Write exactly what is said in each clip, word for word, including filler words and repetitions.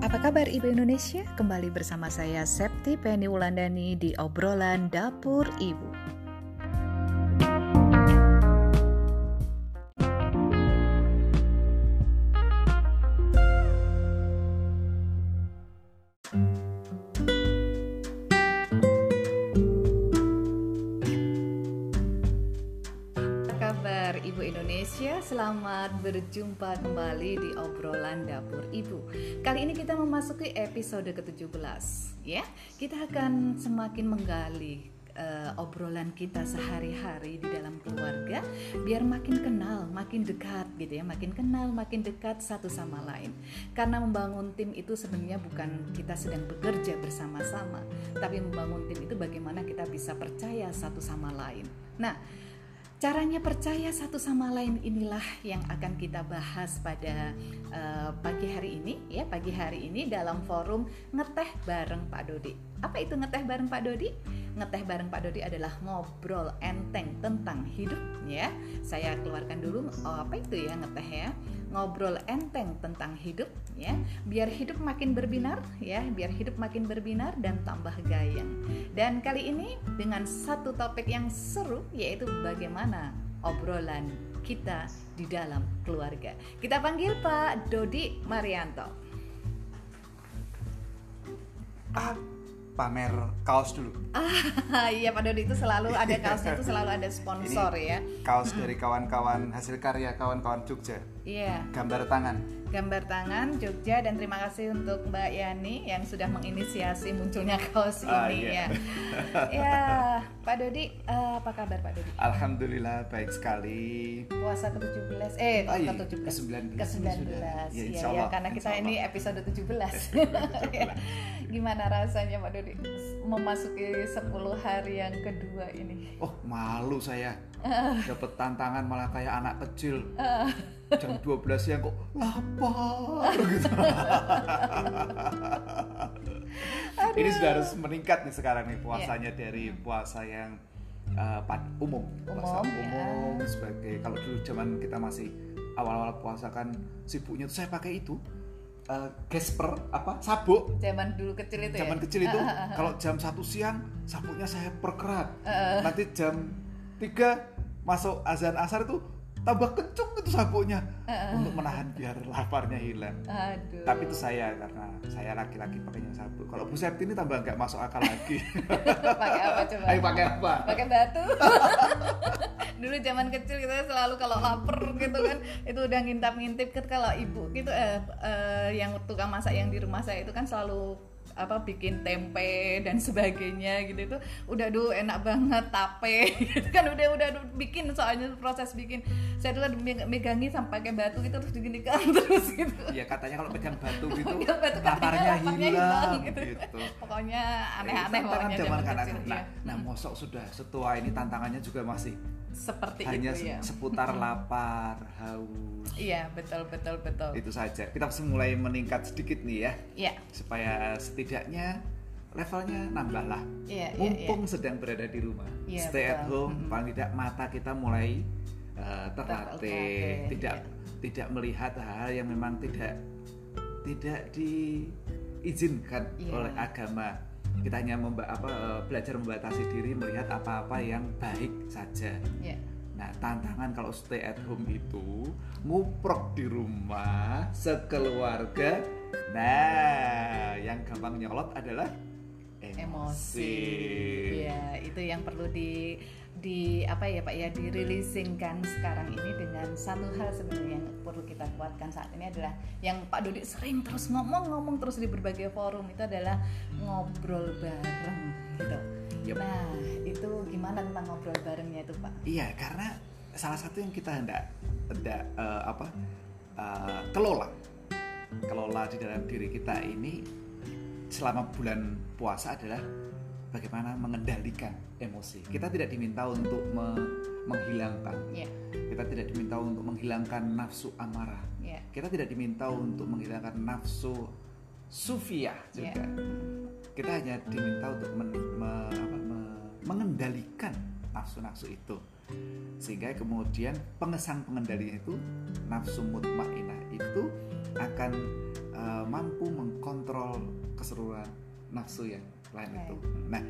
Apa kabar Ibu Indonesia? Kembali bersama saya Septi Penny Wulandani di obrolan Dapur Ibu. Ibu Indonesia, selamat berjumpa kembali di obrolan Dapur Ibu. Kali ini kita memasuki episode ke tujuh belas, ya. Kita akan semakin menggali uh, obrolan kita sehari-hari di dalam keluarga, biar makin kenal, makin dekat gitu ya, makin kenal, makin dekat satu sama lain. Karena membangun tim itu sebenarnya bukan kita sedang bekerja bersama-sama, tapi membangun tim itu bagaimana kita bisa percaya satu sama lain. Nah, caranya percaya satu sama lain inilah yang akan kita bahas pada uh, pagi hari ini ya pagi hari ini dalam forum ngeteh bareng Pak Dodi. Apa itu ngeteh bareng Pak Dodi? Ngeteh bareng Pak Dodi adalah ngobrol enteng tentang hidup ya. Saya keluarkan dulu oh, apa itu ya ngeteh ya. Ngobrol enteng tentang hidup ya, biar hidup makin berbinar ya, biar hidup makin berbinar dan tambah gayeng. Dan kali ini dengan satu topik yang seru, yaitu bagaimana obrolan kita di dalam keluarga. Kita panggil Pak Dodi Marianto. Ah, pamer kaos dulu. Ah, iya Pak Dodi itu selalu ada kaosnya, itu selalu ada sponsor. Ini ya. Kaos dari kawan-kawan hasil karya kawan-kawan Jogja. Iya. Gambar tangan. Gambar tangan Jogja, dan terima kasih untuk Mbak Yani yang sudah menginisiasi munculnya kaos ah, ini iya. ya. Ya, Pak Dodi, uh, apa kabar Pak Dodi? Alhamdulillah baik sekali. Puasa ke tujuh belas eh oh, iya. ke tujuh belas ke sembilan belas ke sembilan belas ya, ya, ya karena kita ini episode tujuh belas. Gimana rasanya Pak Dodi memasuki sepuluh hari yang kedua ini? Oh, malu saya. Uh. Dapat tantangan malah kayak anak kecil. Uh. Jam dua belas siang kok lapar gitu. Ini sudah harus meningkat nih sekarang nih puasanya, yeah. Dari puasa yang uh, umum, puasa umum, umum ya. Sebagai kalau dulu zaman kita masih awal-awal puasa kan sibuknya tuh saya pakai itu uh, gesper apa sabuk. Zaman dulu kecil itu. Zaman ya? kecil itu kalau jam satu siang sabuknya saya perkerat. Uh. Nanti jam tiga masuk azan asar itu tambah kencung itu sabuknya uh, untuk menahan biar laparnya hilang. Aduh. Tapi itu saya karena saya laki-laki pakainya sabuk. Kalau Bu Septi ini tambah nggak masuk akal lagi. Pakai apa coba? Ayo pakai apa? Pakai batu. Dulu zaman kecil kita selalu kalau lapar gitu kan, itu udah ngintip-ngintip kan kalau ibu gitu eh, eh, yang tukang masak yang di rumah saya itu kan selalu apa bikin tempe dan sebagainya gitu, itu udah duh enak banget tape gitu kan, udah udah bikin, soalnya proses bikin saya tuh megangi sampai pakai batu gitu terus diginikan terus gitu. Iya, katanya kalau pegang batu gitu batu laparnya hilang, hilang gitu. gitu. Pokoknya aneh-aneh pokoknya zaman kecil. Nah, nah mosok sudah setua ini tantangannya juga masih seperti hanya itu ya. Seputar lapar, haus. Iya, betul betul betul. Itu saja. Kita harus mulai meningkat sedikit nih ya. Iya. Supaya setidaknya levelnya nambah lah. Iya, mumpung iya, iya. sedang berada di rumah. Iya, stay betul. at home, mm-hmm. paling tidak mata kita mulai uh, terlatih, okay, tidak iya. tidak melihat hal-hal yang memang tidak tidak diizinkan iya. oleh agama. Kita hanya memba- apa, belajar membatasi diri, melihat apa-apa yang baik saja. Yeah. Nah, tantangan kalau stay at home itu nguprok di rumah sekeluarga. Nah, yang gampang nyolot adalah emosi. Emosi. Ya, itu yang perlu di di apa ya Pak ya dirilisingkan sekarang ini dengan satu hal sebenarnya yang perlu kita kuatkan saat ini adalah yang Pak Dodi sering terus ngomong-ngomong terus di berbagai forum, itu adalah ngobrol bareng gitu. Yep. Nah, itu gimana tentang ngobrol barengnya itu Pak? Iya, karena salah satu yang kita hendak hendak uh, apa uh, kelola kelola di dalam diri kita ini selama bulan puasa adalah bagaimana mengendalikan emosi. Kita tidak diminta untuk me- menghilangkan, yeah. Kita tidak diminta untuk menghilangkan nafsu amarah, yeah. Kita tidak diminta untuk menghilangkan nafsu sufiah juga. Yeah. Kita hanya diminta untuk men- me- apa, me- mengendalikan nafsu-nafsu itu. Sehingga kemudian pengesan pengendalinya itu nafsu mutmainnah itu akan uh, mampu mengkontrol keseluruhan nafsu yang lain okay. itu. Nah,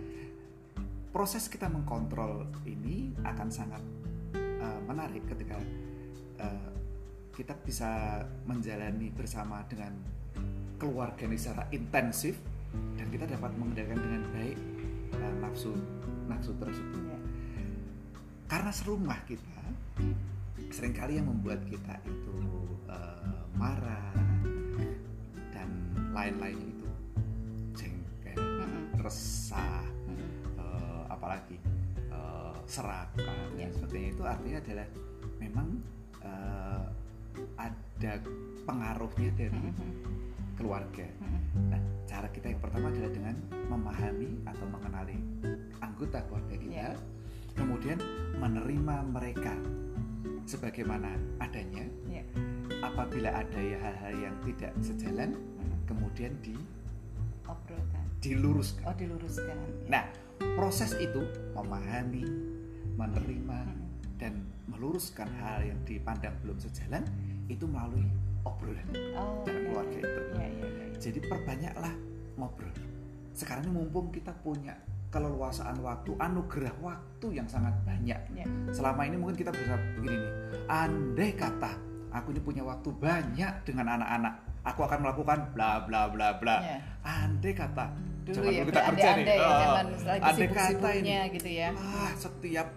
proses kita mengkontrol ini akan sangat uh, menarik ketika uh, kita bisa menjalani bersama dengan keluarga ini secara intensif dan kita dapat mengendalikan dengan baik uh, nafsu nafsu tersebut. Yeah. Karena serumah kita seringkali yang membuat kita itu uh, marah dan lain-lainnya itu jengkel, mm-hmm. resah, mm-hmm. uh, apalagi uh, serakah yeah. dan sebagainya itu artinya adalah memang uh, ada pengaruhnya dari mm-hmm. keluarga. Mm-hmm. Nah, cara kita yang pertama adalah dengan memahami atau mengenali anggota keluarga kita, yeah. kemudian menerima mereka sebagaimana adanya. Yeah. Apabila ada ya hal-hal yang tidak sejalan, mm-hmm. kemudian diobrolkan, diluruskan. Oh, diluruskan. Ya. Nah, proses itu memahami, menerima, mm-hmm. dan meluruskan hal yang dipandang belum sejalan itu melalui obrolan oh, dalam keluarga ya, itu. Ya, ya, ya, ya. Jadi perbanyaklah ngobrol. Sekarang ini mumpung kita punya keleluasaan waktu, anugerah waktu yang sangat banyak. Ya. Selama ini mungkin kita bisa begini nih. Andai kata aku ini punya waktu banyak dengan anak-anak, aku akan melakukan bla bla bla bla. Ya. Andai kata dulu ya, kita kerja nih. Ya, oh, andai kata ini gitu ya. Ah, setiap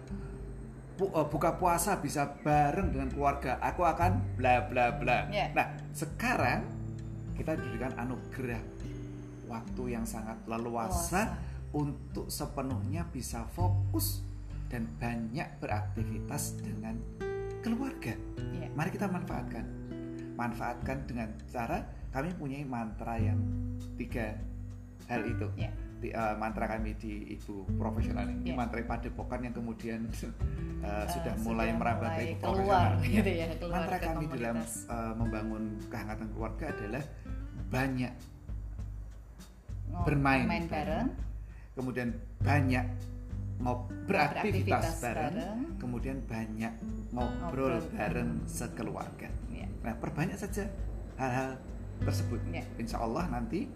buka puasa bisa bareng dengan keluarga, aku akan bla bla bla. Yeah. Nah, sekarang kita diberikan anugerah waktu yang sangat leluasa oh, untuk sepenuhnya bisa fokus dan banyak beraktivitas dengan keluarga. Yeah. Mari kita manfaatkan. Manfaatkan dengan cara kami punya mantra yang tiga hal itu. Yeah. Di, uh, mantra kami di Ibu Profesional ini, yeah. mantra Padepokan yang kemudian uh, uh, sudah mulai merambah ke Ibu Profesional. Gitu ya, mantra kami komunitas. Dalam uh, membangun kehangatan keluarga adalah banyak oh, bermain bareng, bareng, kemudian banyak ngob- beraktivitas, beraktivitas bareng, bareng, kemudian banyak ngobrol, ngobrol bareng sekeluarga. Yeah. Nah, perbanyak saja hal-hal tersebut. Yeah. Insya Allah nanti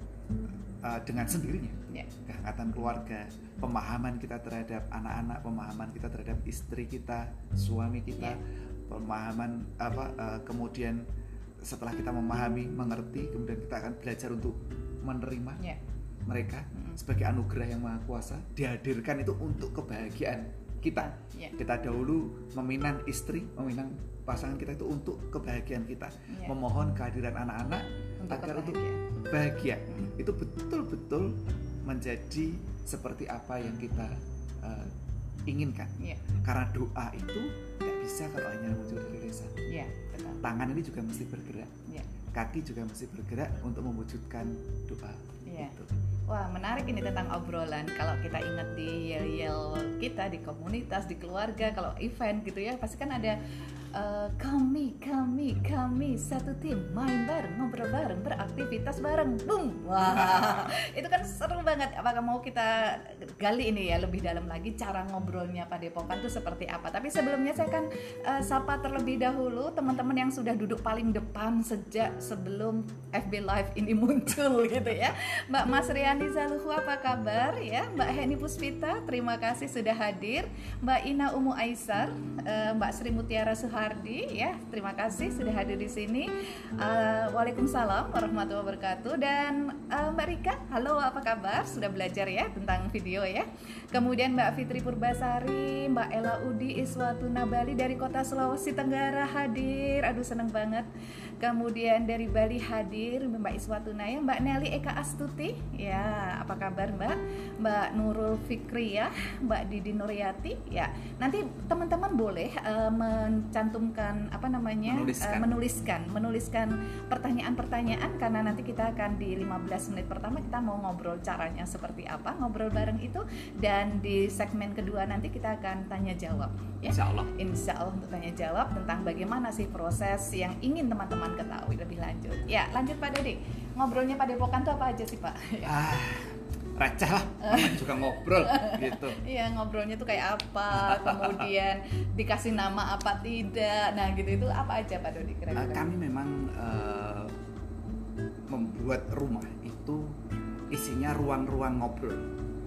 Uh, dengan sendirinya yeah. kehangatan keluarga, pemahaman kita terhadap anak-anak, pemahaman kita terhadap istri kita, suami kita, yeah. pemahaman apa uh, kemudian setelah kita memahami, mengerti, kemudian kita akan belajar untuk menerima yeah. mereka mm-hmm. sebagai anugerah yang maha kuasa, dihadirkan itu untuk kebahagiaan kita. Yeah. Kita dahulu meminang istri, meminang pasangan kita itu untuk kebahagiaan kita, yeah. memohon kehadiran anak-anak untuk agar untuk bahagia. Hmm. Itu betul-betul menjadi seperti apa yang kita uh, inginkan. Yeah. Karena doa itu nggak bisa kalau hanya muncul dari lisan. Yeah, tangan ini juga mesti bergerak, yeah. kaki juga mesti bergerak untuk mewujudkan doa. Yeah. Itu. Wah, menarik ini tentang obrolan. Kalau kita ingat di yel-yel kita, di komunitas, di keluarga, kalau event gitu ya, pasti kan ada uh, kami, kami, kami satu tim, main bareng, ngobrol bareng, beraktivitas bareng, boom. Wah, itu kan seru banget. Apakah mau kita gali ini ya lebih dalam lagi cara ngobrolnya Padepokan itu seperti apa? Tapi sebelumnya saya kan uh, sapa terlebih dahulu teman-teman yang sudah duduk paling depan sejak sebelum F B Live ini muncul gitu ya. Mbak Mas Riani Zaluhu, apa kabar ya? Mbak Heni Puspita, terima kasih sudah hadir. Mbak Ina Umu Aisar, uh, Mbak Sri Mutiara Suhardi ya, terima kasih sudah hadir di sini. Uh, Waalaikumsalam warahmatullahi wabarakatuh. Dan uh, Mbak Rika, halo, apa kabar? Sudah belajar ya tentang video ya. Kemudian Mbak Fitri Purbasari, Mbak Ella Udi Iswatuna Bali dari kota Sulawesi Tenggara hadir. Aduh, seneng banget. Kemudian dari Bali hadir Mbak Iswatuna ya, Mbak Nelly Eka Astuti ya, apa kabar Mbak? Mbak Nurul Fikriyah, Mbak Didi Nuryati ya. Nanti teman-teman boleh uh, mencantumkan apa namanya menuliskan. Uh, menuliskan menuliskan pertanyaan-pertanyaan, karena nanti kita akan di lima belas menit pertama kita mau ngobrol caranya seperti apa, ngobrol bareng itu, dan di segmen kedua nanti kita akan tanya jawab ya. Insya Allah. Insya Allah untuk tanya jawab tentang bagaimana sih proses yang ingin teman-teman ketahui lebih lanjut. Ya, lanjut Pak Dede. Ngobrolnya Padepokan itu apa aja sih Pak? Ah, receh lah, namanya juga ngobrol gitu. Iya, ngobrolnya tuh kayak apa, kemudian dikasih nama apa tidak, nah gitu itu apa aja Pak Dodi kira-kira? Uh, kami memang uh, membuat rumah itu isinya ruang-ruang ngobrol.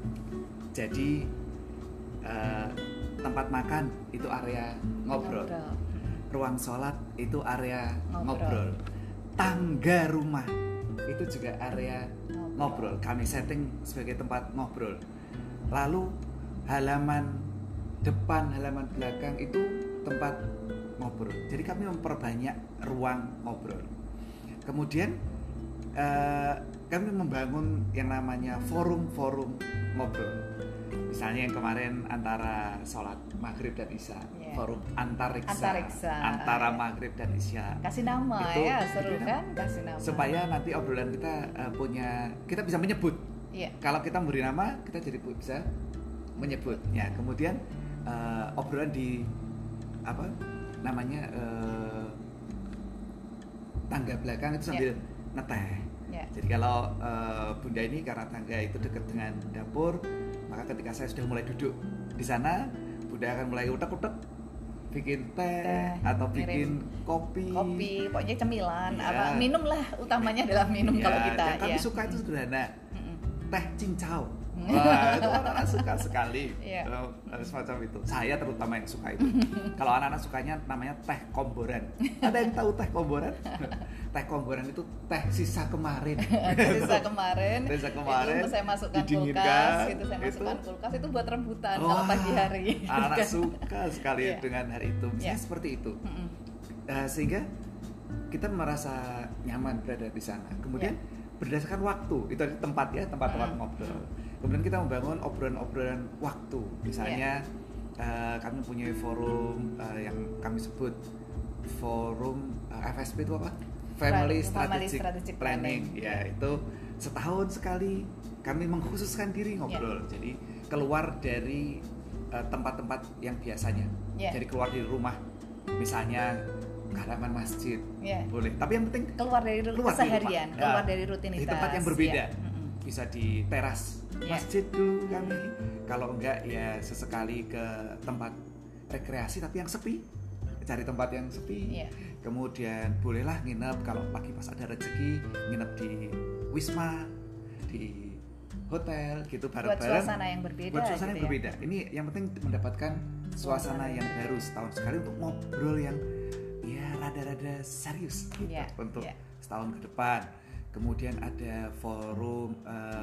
Jadi uh, tempat makan itu area ngobrol, ngobrol. Ruang sholat itu area ngobrol. ngobrol. Tangga rumah itu juga area ngobrol. ngobrol. Kami setting sebagai tempat ngobrol. Lalu halaman depan, halaman belakang itu tempat ngobrol. Jadi kami memperbanyak ruang ngobrol. Kemudian uh, kami membangun yang namanya forum-forum ngobrol. Misalnya yang kemarin antara sholat maghrib dan isya, yeah. forum antariksa, antariksa antara maghrib dan isya. Kasih nama itu, ya, seru kan? Kasih nama. Supaya nanti obrolan kita uh, punya, kita bisa menyebut. Yeah. Kalau kita memberi nama, kita jadi bisa menyebut. Ya, kemudian uh, obrolan di apa namanya uh, tangga belakang itu sambil yeah. ngeteh. Yeah. Jadi kalau uh, Bunda ini karena tangga itu dekat dengan dapur, maka ketika saya sudah mulai duduk di sana, Bunda akan mulai utek-utek bikin teh, teh atau bikin kopi. Kopi, pokoknya cemilan, ya. Apa minum lah, utamanya adalah minum ya, kalau kita. Yang kami ya. suka itu sederhana, mm-mm. teh cincau. Wah, itu anak-anak suka sekali. Yeah. uh, semacam itu. Saya terutama yang suka itu. Kalau anak-anak sukanya namanya teh komboran. Ada yang tahu teh komboran? Teh komboran itu teh sisa kemarin. Sisa kemarin. Sisa kemarin. Itu saya masukkan kulkas, gitu saya masukkan itu, kulkas itu buat rebutan kalau pagi hari. Anak suka sekali yeah. dengan hari itu. Misalnya yeah. seperti itu. Mm-hmm. Uh, sehingga kita merasa nyaman berada di sana. Kemudian yeah. berdasarkan waktu, itu ada tempat ya, tempat-tempat mm-hmm. ngobrol. Kemudian kita membangun obrolan-obrolan waktu. Misalnya yeah. uh, kami punya forum uh, yang kami sebut forum uh, F S P itu apa? Family, Family Strategic, Strategic Planning. Planning. Ya, itu setahun sekali kami mengkhususkan diri ngobrol. Yeah. Jadi keluar dari uh, tempat-tempat yang biasanya. Yeah. Jadi keluar dari rumah. Misalnya ke halaman masjid. Yeah. Boleh. Tapi yang penting keluar dari keluar keseharian, di keluar dari rutinitas. Di tempat yang berbeda. Yeah. Bisa di teras masjid yeah. dulu kami, kalau enggak ya sesekali ke tempat rekreasi tapi yang sepi, cari tempat yang sepi. Yeah. Kemudian bolehlah nginep kalau pagi pas ada rezeki, nginep di wisma, di hotel gitu bareng-bareng. Buat suasana yang berbeda. Buat suasana gitu yang ya? berbeda. Ini yang penting mendapatkan suasana, suasana yang baru setahun sekali untuk ngobrol yang ya rada-rada serius gitu yeah. untuk yeah. setahun ke depan. Kemudian ada forum uh,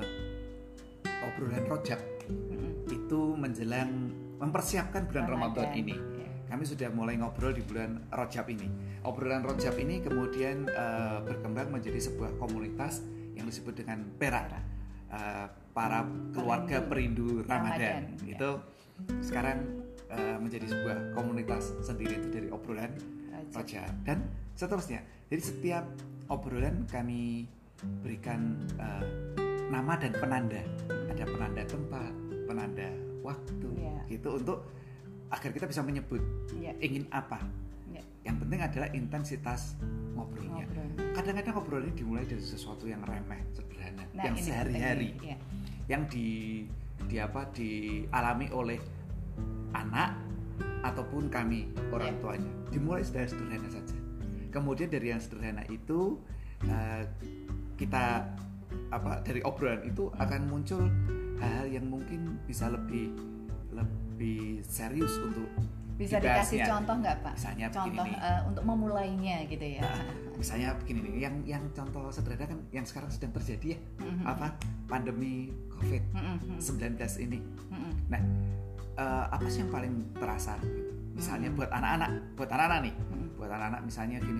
obrolan rojab. Mm-hmm. Itu menjelang mempersiapkan bulan Ramadan, Ramadan ini. Yeah. Kami sudah mulai ngobrol di bulan Rojab ini. Obrolan Rojab ini kemudian uh, berkembang menjadi sebuah komunitas yang disebut dengan Pera. Uh, para keluarga perindu, perindu Ramadan. Ramadan. Itu yeah. sekarang uh, menjadi sebuah komunitas sendiri itu dari obrolan Rojab dan seterusnya. Jadi setiap obrolan kami berikan uh, nama dan penanda. Ada penanda tempat, penanda waktu, yeah. gitu untuk agar kita bisa menyebut yeah. ingin apa. Yeah. Yang penting adalah intensitas ngobrolnya. Ngobrol. Kadang-kadang ngobrolnya dimulai dari sesuatu yang remeh, sederhana, nah, yang sehari-hari, yeah. yang di, di apa dialami oleh anak ataupun kami orang yeah. tuanya. Dimulai dari sederhana saja. Kemudian dari yang sederhana itu uh, kita apa dari obrolan itu akan muncul hal-hal yang mungkin bisa lebih lebih serius untuk bisa dibahasnya. Dikasih contoh nggak Pak? Misalnya contoh begini uh, untuk memulainya gitu ya. Nah, misalnya begini nih, yang yang contoh sederhana kan yang sekarang sedang terjadi ya, mm-hmm. apa pandemi covid sembilan belas ini. Mm-hmm. Nah, uh, apa sih yang paling terasa? Gitu? Misalnya mm-hmm. buat anak-anak, buat anak-anak nih, mm-hmm. buat anak-anak misalnya gini,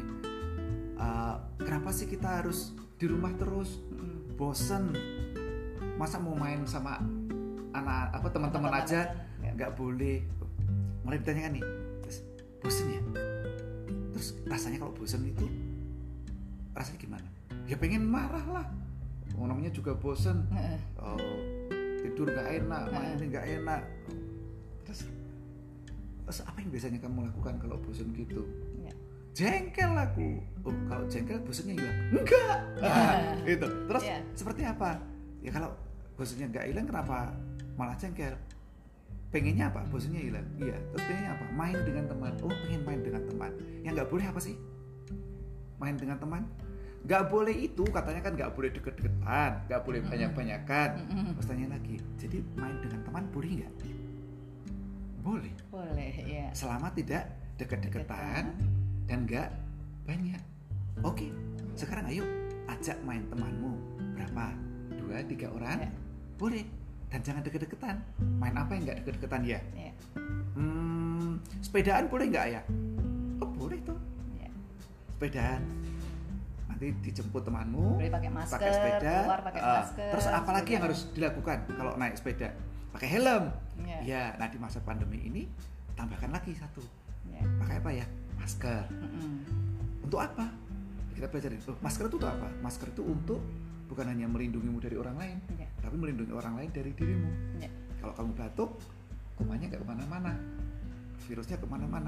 uh, kenapa sih kita harus di rumah terus, mm-hmm. bosen, masa mau main sama anak apa teman-teman aja nggak boleh. Mulai ditanyakan nih, terus bosen ya? Terus rasanya kalau bosen itu rasanya gimana? Ya pengen marah lah. Oh, namanya juga bosen. Oh, tidur nggak enak, main nggak enak. Terus, terus apa yang biasanya kamu lakukan kalau bosen gitu? Jengkel aku. Oh, kalau jengkel bosennya juga enggak. Nah, itu. Terus yeah. seperti apa? Ya kalau bosannya nggak hilang, kenapa malah jengkel? Pengennya apa? Bosannya hilang. Iya. Terus pengennya apa? Main dengan teman. Oh, pengen main dengan teman. Yang nggak boleh apa sih? Main dengan teman. Nggak boleh itu katanya kan nggak boleh deket-deketan, nggak boleh mm-hmm. banyak-banyakan. Mm-hmm. Terus tanya lagi. Jadi main dengan teman boleh nggak? Boleh. Boleh. Ya. Selama tidak deket-deketan dan nggak banyak. Oke. Sekarang ayo ajak main temanmu berapa? Dua, tiga orang. Ya. Boleh. Dan jangan deket-deketan. Main apa yang nggak deket-deketan ya? Ya. Hmm, sepedaan boleh nggak ya? Oh boleh tuh. Ya. Sepedaan. Nanti dijemput temanmu. Boleh pakai masker. Pakai sepeda. Keluar pakai uh, masker. Terus apa lagi yang harus dilakukan kalau naik sepeda? Pakai helm. Ya. Ya. Nah di masa pandemi ini tambahkan lagi satu. Ya. Pakai apa ya? Masker. Mm-mm. Untuk apa? Kita belajar itu. Masker itu untuk apa? Masker itu untuk bukan hanya melindungimu dari orang lain, ya. Tapi melindungi orang lain dari dirimu. Ya. Kalau kamu batuk, kumannya nggak kemana-mana, virusnya kemana-mana.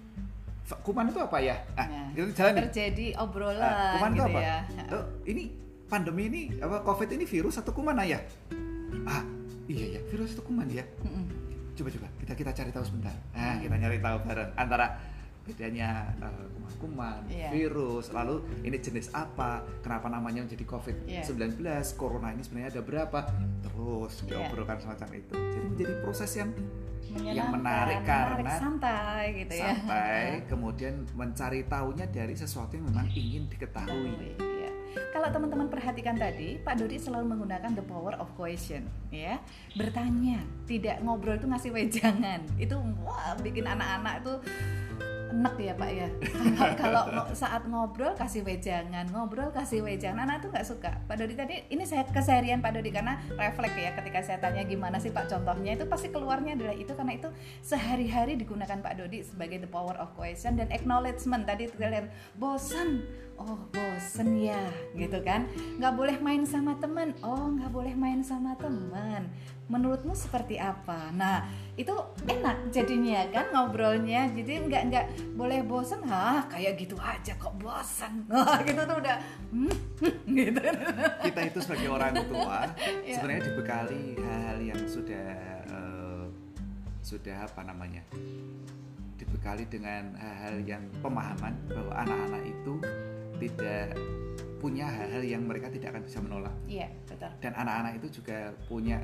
Kuman itu apa ya? Ah, ya. Kita jalan terjadi nih. Obrolan. Ah, kuman gitu itu apa? Ya. Oh, ini pandemi ini apa? COVID ini virus atau kuman ya? Ah, iya ya, virus atau kuman ya? Mm-mm. Coba-coba kita kita cari tahu sebentar. Nah, kita nyari tahu bareng antara bedanya uh, kuman-kuman, yeah. virus, lalu ini jenis apa, kenapa namanya menjadi covid sembilan belas, yeah. Corona ini sebenarnya ada berapa, terus diobrolkan yeah. semacam itu. Jadi menjadi proses yang yang menarik karena menarik, santai gitu ya. Santai, kemudian mencari tahunya dari sesuatu yang memang ingin diketahui. Ya. Kalau teman-teman perhatikan tadi, Pak Dodi selalu menggunakan the power of question, ya. Bertanya, tidak ngobrol itu ngasih wejangan. Itu wah bikin anak-anak itu enak ya Pak ya. Kalau saat ngobrol kasih wejangan, ngobrol kasih wejangan, anak tuh nggak suka. Pak Dodi tadi, ini saya keseharian Pak Dodi karena refleks ya. Ketika saya tanya gimana sih Pak contohnya, itu pasti keluarnya adalah itu karena itu sehari-hari digunakan Pak Dodi sebagai the power of question dan acknowledgement. Tadi terlihat bosan, oh bosan ya, gitu kan. Nggak boleh main sama teman, oh nggak boleh main sama teman. Menurutmu seperti apa? Nah itu enak jadinya kan ngobrolnya, jadi nggak nggak boleh bosan, ah kayak gitu aja kok bosan, nah, gitu tuh udah hmm, gitu. Kita itu sebagai orang tua yeah. sebenarnya dibekali hal-hal yang sudah uh, sudah apa namanya dibekali dengan hal-hal yang pemahaman bahwa anak-anak itu tidak punya hal-hal yang mereka tidak akan bisa menolak. Iya, betul. Dan anak-anak itu juga punya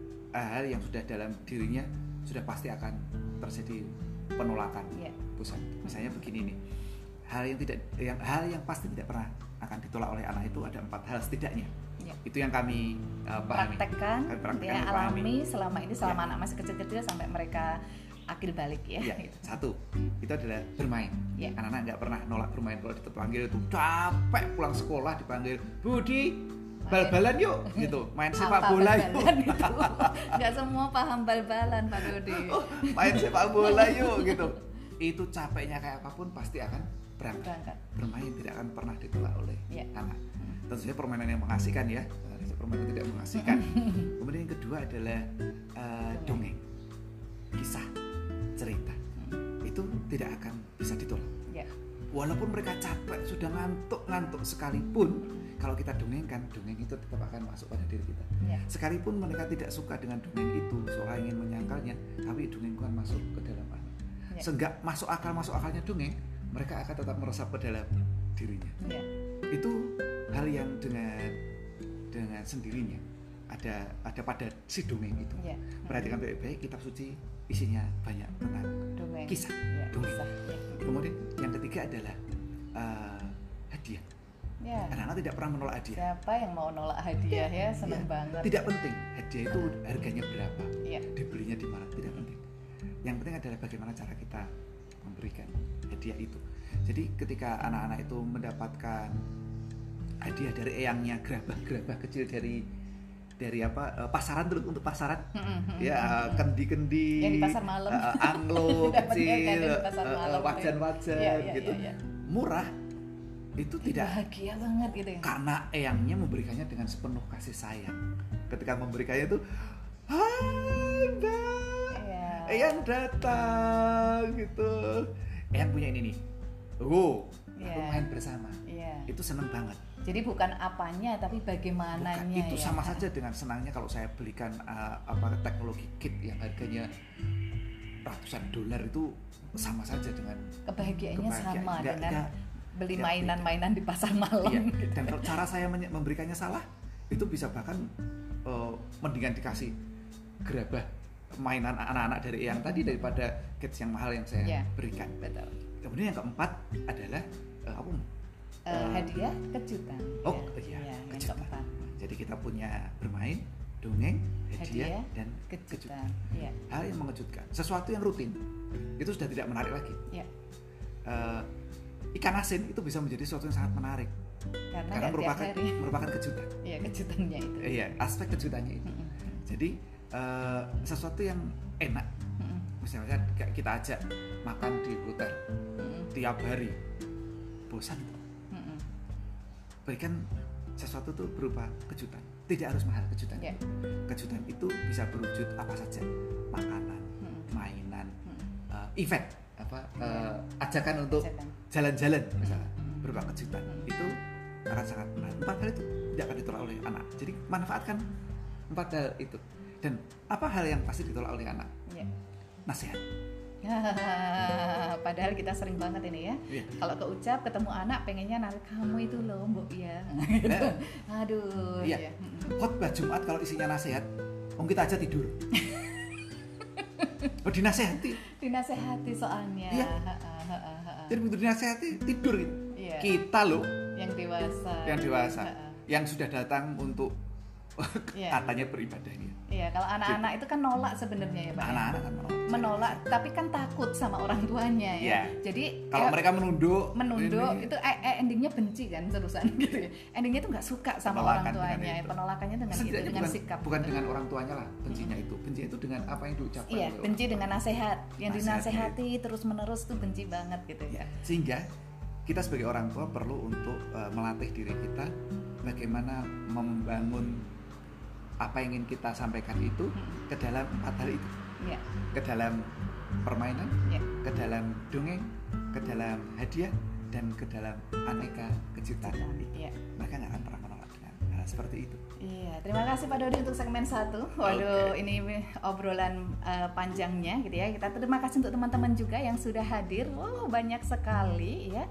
hal yang sudah dalam dirinya sudah pasti akan terjadi penolakan, yeah. bosan. Misalnya begini nih, hal yang tidak, yang hal yang pasti tidak pernah akan ditolak oleh anak itu ada empat hal setidaknya. Yeah. Itu yang kami uh, pahami. Praktekkan, kami praktekkan, ya, alami selama ini selama yeah. anak masih kecil-kecil sampai mereka akil balik ya. Yeah. Gitu. Satu, itu adalah bermain. Yeah. Anak-anak nggak pernah nolak bermain. Kalau dipanggil itu capek pulang sekolah dipanggil Budi. Bal-balan yuk, gitu. Main sepak bola yuk. Gitu. Nggak semua paham bal-balan Pak Dodi. Oh, main sepak bola yuk, gitu. Itu capeknya kayak apapun pasti akan berangkat. berangkat. Bermain tidak akan pernah ditolak oleh ya. anak. Tentu saja permainan yang mengasihkan ya. Permainan tidak mengasihkan. Kemudian yang kedua adalah uh, dongeng, kisah, cerita. Itu tidak akan bisa ditolak. Ya. Walaupun mereka capek, sudah ngantuk-ngantuk sekalipun, kalau kita dongengkan, dongeng itu tetap akan masuk pada diri kita. Ya. Sekalipun mereka tidak suka dengan dongeng itu, seolah ingin menyangkalnya, tapi dongeng kan masuk ke dalam anak. Ya. Seenggak masuk akal masuk akalnya dongeng, mereka akan tetap meresap ke dalam dirinya. Ya. Itu hal yang dengan dengan sendirinya ada ada pada si dongeng itu. Ya. Perhatikan baik-baik, kitab suci isinya banyak tentang dongeng. Kisah, ya, dongeng. Kisah, ya. Kemudian yang ketiga adalah uh, hadiah. Ya. Anak-anak tidak pernah menolak hadiah. Siapa yang mau nolak hadiah ya, seneng ya. banget. Tidak penting hadiah itu harganya berapa, ya. dibelinya di mana, tidak penting. Yang penting adalah bagaimana cara kita memberikan hadiah itu. Jadi ketika anak-anak itu mendapatkan hadiah dari eyangnya, gerabah-gerabah kecil dari dari apa uh, pasaran dulu untuk pasaran, mm-hmm. ya kendi-kendi, yang di pasar malam, uh, anglo kecil, uh, wajan-wajan ya, ya, gitu, ya, ya. murah. Itu tidak bahagia banget gitu ya. Karena eyangnya memberikannya dengan sepenuh kasih sayang. Ketika memberikannya itu, hai Mbak, ya. Eyang datang gitu. Eyang punya ini nih. Oh, ya. main bersama. Iya. Itu seneng banget. Jadi bukan apanya tapi bagaimananya. Bukan, itu ya. sama saja dengan senangnya kalau saya belikan uh, apa teknologi kit yang harganya ratusan dolar, itu sama saja dengan kebahagiaannya kebahagiaan. sama Nggak, dengan nggak, beli nggak mainan-mainan di pasar malam. Iya. Gitu. Dan kalau cara saya men- memberikannya salah, itu bisa bahkan uh, mendingan dikasih gerabah mainan anak-anak dari yang tadi daripada kits yang mahal yang saya Ya, berikan. betul. Kemudian yang keempat adalah uh, apa? Uh, Uh, hadiah kejutan. Oh ya. iya, Ya, yang kejutan. keempat. Jadi kita punya bermain, dongeng, hadiah, Hadiah, dan kejutan. kejutan. Ya. Hal yang mengejutkan, sesuatu yang rutin, itu sudah tidak menarik lagi. Ya. Uh, ikan asin itu bisa menjadi sesuatu yang sangat menarik Karena, karena nggak merupakan tiap hari. merupakan kejutan. Iya, kejutannya itu. Eh, Iya, aspek kejutannya itu. Mm-mm. Jadi uh, sesuatu yang enak, Mm-mm. misalnya kayak kita ajak makan di hotel Mm-mm. tiap hari, bosan itu. Mm-mm. Berikan sesuatu tuh berupa kejutan, tidak harus mahal kejutan. Yeah. Kejutan itu bisa berwujud apa saja, makanan, Mm-mm. mainan, Mm-mm. uh, event, apa uh, ajakan untuk Ajakan. jalan-jalan misalnya Mm-mm. berupa kejutan. Mm-mm. Itu akan sangat menarik. Empat hal itu tidak akan ditolak oleh anak. Jadi manfaatkan empat hal itu. Dan apa hal yang pasti ditolak oleh anak? Yeah. Nasihat. Padahal kita sering banget ini ya. Iya. Kalau keucap ketemu anak pengennya narik kamu itu loh, Mbok ya. Gitu. Eh. Aduh. Iya. Ya. Khotbah Jumat kalau isinya nasihat, om kita aja tidur. Oh, dinasehati. Dinasehati soalnya. Iya. Ha, ha, ha, ha, ha. Jadi begitu dinasehati tidur gitu. Iya. Kita loh Yang dewasa. yang dewasa, Ha, ha. yang sudah datang untuk Iya. katanya beribadahnya. Iya, kalau anak-anak itu kan nolak sebenarnya ya, Pak. ya? Anak-anak kan menolak. Menolak, tapi kan takut sama orang tuanya ya. Iya. Jadi Kalau ya, mereka menunduk, menunduk ini, itu eh, eh, endingnya benci kan terusan gitu ya. Endingnya itu nggak suka sama orang penolakan dengan tuanya. itu. Penolakannya dengan itu, setidaknya dengan bukan, sikap. bukan dengan orang tuanya lah bencinya itu. Bencinya itu dengan apa yang diucapkan Iya, oleh benci orang dengan nasihat. Yang Nasihatnya dinasehati terus-menerus tuh benci banget gitu tua. ya. Sehingga kita sebagai orang tua perlu untuk uh, melatih diri kita bagaimana membangun apa yang ingin kita sampaikan itu Hmm. ke dalam empat hal itu, Iya. ke dalam permainan, Iya. ke dalam dongeng, ke dalam hadiah, dan ke dalam aneka kejutan. Iya. Mereka nggak akan pernah menolak dengan hal seperti itu. Iya, terima kasih Pak Dodi untuk segmen satu. Waduh, Oke. ini obrolan uh, panjangnya gitu ya. Kita terima kasih untuk teman-teman juga yang sudah hadir. Wow, banyak sekali ya.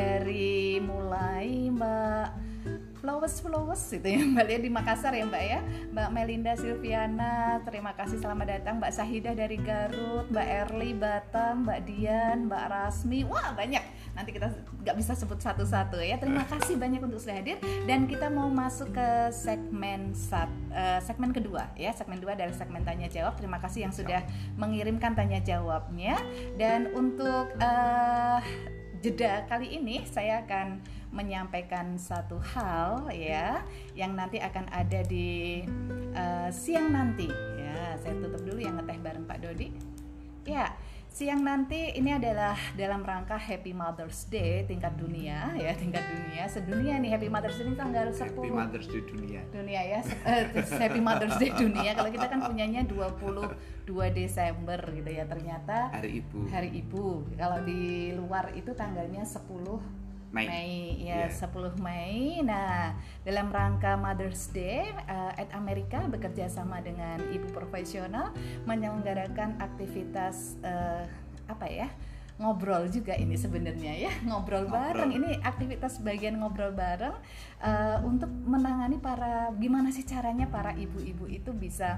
Dari mulai Mbak Flowers Flowers itu ya, Mbak Lia di Makassar ya Mbak ya. Mbak Melinda Silviana, terima kasih selamat datang. Mbak Sahidah dari Garut, Mbak Erli Batam, Mbak Dian, Mbak Rasmi. Wah, banyak. Nanti kita nggak bisa sebut satu-satu ya. Terima kasih banyak untuk sudah hadir, dan kita mau masuk ke segmen sat, uh, segmen kedua ya. Segmen dua adalah segmen tanya jawab. Terima kasih yang sudah mengirimkan tanya jawabnya. Dan untuk uh, jeda kali ini saya akan menyampaikan satu hal ya yang nanti akan ada di uh, siang nanti ya. Saya tutup dulu yang ngeteh bareng Pak Dodi ya. Siang nanti ini adalah dalam rangka Happy Mother's Day tingkat dunia ya, tingkat dunia sedunia nih. Happy Mother's Day ini tanggal sepuluh Happy Mother's Day dunia. Dunia ya, uh, Happy Mother's Day dunia. Kalau kita kan punyanya dua puluh dua Desember gitu ya. Ternyata Hari Ibu. Hari Ibu. Kalau di luar itu tanggalnya sepuluh Mei. Mei ya, Yeah. sepuluh Mei. Nah, dalam rangka Mother's Day, uh, Ed America bekerja sama dengan ibu profesional menyelenggarakan aktivitas uh, apa ya? Ngobrol juga ini sebenarnya ya, ngobrol, Ngobrol. bareng. Ini aktivitas bagian ngobrol bareng uh, untuk menangani para, gimana sih caranya para ibu-ibu itu bisa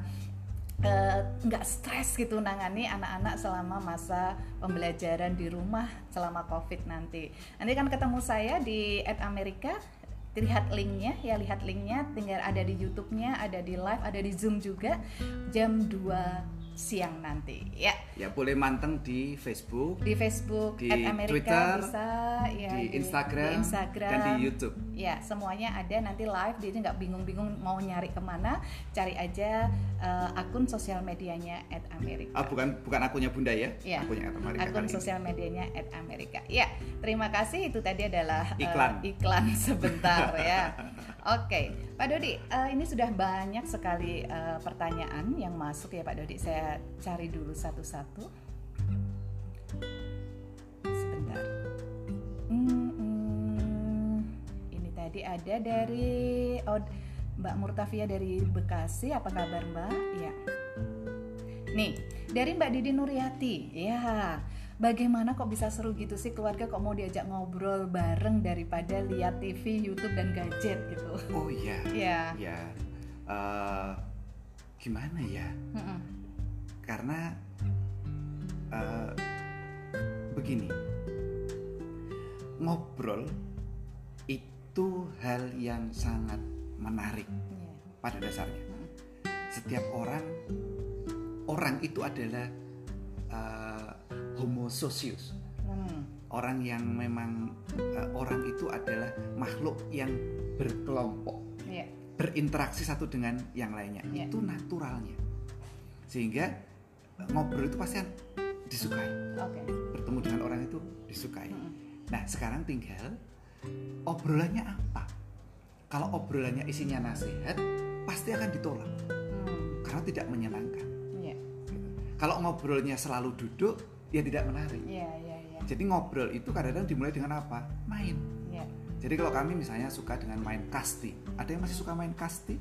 nggak uh, stres gitu nangani anak-anak selama masa pembelajaran di rumah selama COVID nanti. Nanti kan ketemu saya di Ed America. Lihat linknya ya, lihat linknya, tinggal ada di YouTube-nya, ada di live, ada di Zoom juga jam dua siang nanti ya. Ya boleh manteng di Facebook, Di Facebook di Ed America Twitter, bisa ya, di Instagram, di Instagram dan di YouTube. Ya, semuanya ada nanti live. Jadi nggak bingung-bingung mau nyari kemana, cari aja uh, akun sosial medianya Ed America. Ah, bukan bukan akunnya Bunda ya, Ya, akunnya Ed America. akun kali ini. sosial medianya Ed America. Ya, terima kasih. Itu tadi adalah uh, Iklan. iklan sebentar ya. Oke, Pak Dodi, uh, ini sudah banyak sekali uh, pertanyaan yang masuk ya Pak Dodi. Saya cari dulu satu-satu. Sebentar. Hmm, hmm. Jadi ada dari oh, Mbak Murtafia dari Bekasi, apa kabar Mbak? Ya. Nih, dari Mbak Didi Nuryati. Ya, bagaimana kok bisa seru gitu sih keluarga kok mau diajak ngobrol bareng daripada lihat T V, YouTube dan gadget gitu. Oh iya. Iya. Ya. Uh, gimana ya? Mm-mm. Karena uh, begini. Ngobrol itu hal yang sangat menarik yeah. pada dasarnya. Setiap orang orang itu adalah uh, homo socius. Hmm. Orang yang memang uh, orang itu adalah makhluk yang berkelompok, yeah. berinteraksi satu dengan yang lainnya. Yeah. Itu naturalnya. Sehingga uh, ngobrol itu pasti disukai. Okay. Bertemu dengan orang itu disukai. Hmm. Nah, sekarang tinggal obrolannya apa? Kalau obrolannya isinya nasihat, pasti akan ditolak. Hmm. Karena tidak menyenangkan. Kalau ngobrolnya selalu duduk, ya tidak menarik. Yeah, yeah, yeah. Jadi ngobrol itu kadang-kadang dimulai dengan apa? Main. Yeah. Jadi kalau kami misalnya suka dengan main kasti, ada yang masih suka main kasti?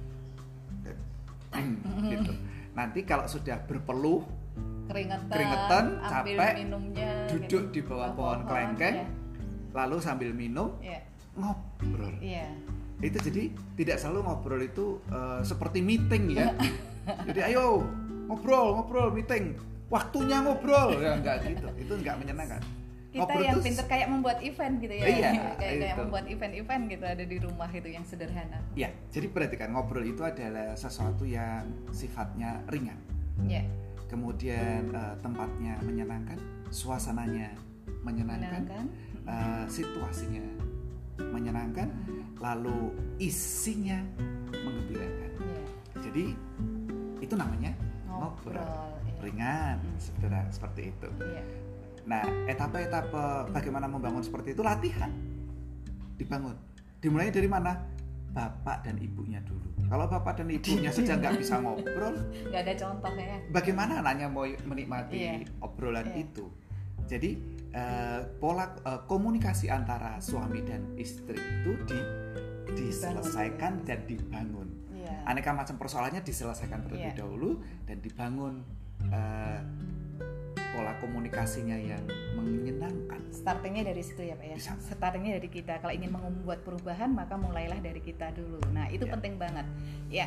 Gitu. Nanti kalau sudah berpeluh, keringetan, keringetan capek, minumnya, duduk gitu. Di bawah pohon, pohon kelengkeng, yeah. lalu sambil minum, yeah. ngobrol. Yeah. Itu jadi tidak selalu ngobrol itu uh, seperti meeting ya. Jadi ayo. Ngobrol, ngobrol, meeting. Waktunya ngobrol. Ya enggak gitu. Itu enggak menyenangkan. Kita ngobrol yang pintar kayak membuat event gitu ya. Iya, kayak, kayak membuat event-event gitu ada di rumah itu yang sederhana. Iya, jadi perhatikan ngobrol itu adalah sesuatu yang sifatnya ringan. Iya. Kemudian uh, tempatnya menyenangkan, suasananya menyenangkan, menyenangkan. Uh, situasinya menyenangkan, lalu isinya menggembirakan. Iya. Jadi itu namanya ngobrol, iya. ringan, hmm. sederhana seperti itu. Iya. Nah, etapa-etapa bagaimana membangun seperti itu latihan, dibangun. Dimulai dari mana? Bapak dan ibunya dulu. Kalau bapak dan ibunya saja nggak bisa ngobrol, nggak ada contohnya. Bagaimana anaknya mau menikmati iya. obrolan iya. itu? Jadi uh, pola uh, komunikasi antara suami dan istri itu di, diselesaikan dibangun. dan dibangun. Aneka macam persoalannya diselesaikan terlebih yeah. dahulu dan dibangun uh, pola komunikasinya yang menyenangkan. Startingnya dari situ ya Pak ya. Bisa. Startingnya dari kita. Kalau ingin membuat perubahan maka mulailah dari kita dulu. Nah itu yeah. penting banget. Ya.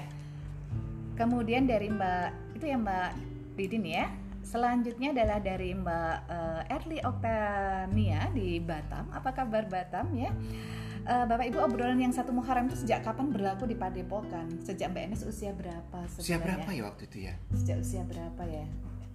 Kemudian dari Mbak itu ya Mbak Didin ya. Selanjutnya adalah dari Mbak uh, Erli Oktania di Batam. Apa kabar Batam ya? Uh, Bapak Ibu, obrolan yang satu Muharram itu sejak kapan berlaku di Padepokan? Sejak Mbak Enes usia berapa sebenarnya? Usia berapa ya waktu itu ya? Sejak usia berapa ya?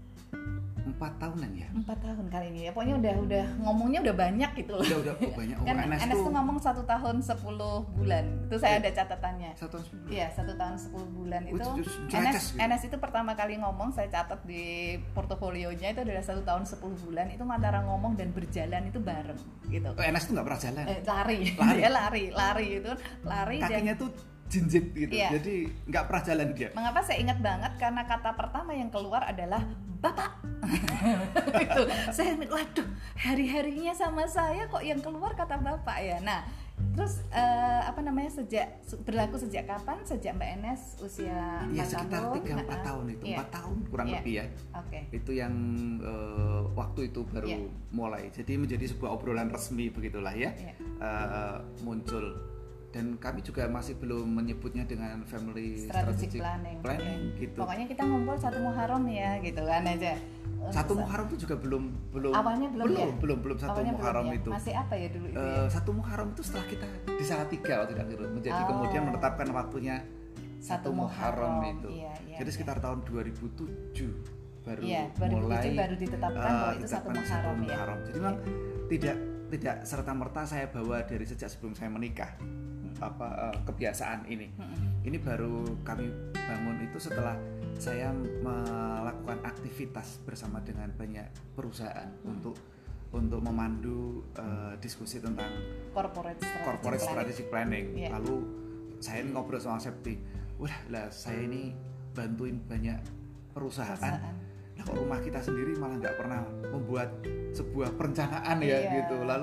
Empat tahunan ya? Empat tahun kali ini ya. Pokoknya udah udah ngomongnya udah banyak gitu loh. Udah udah oh, banyak. Oh, kan Enes tuh... tuh ngomong satu tahun sepuluh bulan. Itu saya ada catatannya. Satu tahun sepuluh. Iya satu tahun sepuluh bulan itu. Oh, Enes gitu. Enes itu pertama kali ngomong saya catat di portofolionya itu adalah satu tahun sepuluh bulan itu antara ngomong dan berjalan itu bareng gitu. Oh, Enes tuh nggak pernah jalan. Eh, lari. Lari. Dia lari, lari itu lari. Kakinya dan... tuh jinjit gitu, iya. Jadi nggak pernah jalan dia. Mengapa saya ingat banget? Karena kata pertama yang keluar adalah bapak. Gitu. Saya waduh, hari-harinya sama saya kok yang keluar kata bapak ya. Nah, terus uh, apa namanya sejak berlaku sejak kapan? Sejak Mbak Enes usia ya, sekitar tiga empat nah, tahun itu, iya. empat tahun kurang iya. lebih ya. Okay. Itu yang uh, waktu itu baru iya. mulai. Jadi menjadi sebuah obrolan resmi begitulah ya. Iya. Uh, muncul. Dan kami juga masih belum menyebutnya dengan family strategic, strategic planning, planning okay. gitu. Pokoknya kita ngumpul satu Muharram ya, gitu kan aja. Satu Muharram itu juga belum belum awalnya belum belum, ya? belum belum satu awalnya Muharram belum, ya? itu. Masih apa ya dulu itu? Uh, ya? Satu Muharram itu setelah kita di Salatiga waktu tidak keliru. Menjadi oh. kemudian menetapkan waktunya satu Muharram itu. Iya, iya, Jadi iya. sekitar tahun dua ribu tujuh baru iya, mulai baru ditetapkan uh, bahwa itu satu Muharram ya. Muharram. Jadi memang iya. tidak tidak serta merta saya bawa dari sejak sebelum saya menikah. Apa uh, kebiasaan ini. Hmm. Ini baru kami bangun itu setelah saya melakukan aktivitas bersama dengan banyak perusahaan hmm. untuk untuk memandu uh, diskusi tentang corporate strategic corporate strategic planning. planning. Yeah. Lalu saya ngobrol sama Septi, wah lah saya ini bantuin banyak perusahaan. perusahaan. Nah kok rumah kita sendiri malah nggak pernah membuat sebuah perencanaan ya yeah. gitu. Lalu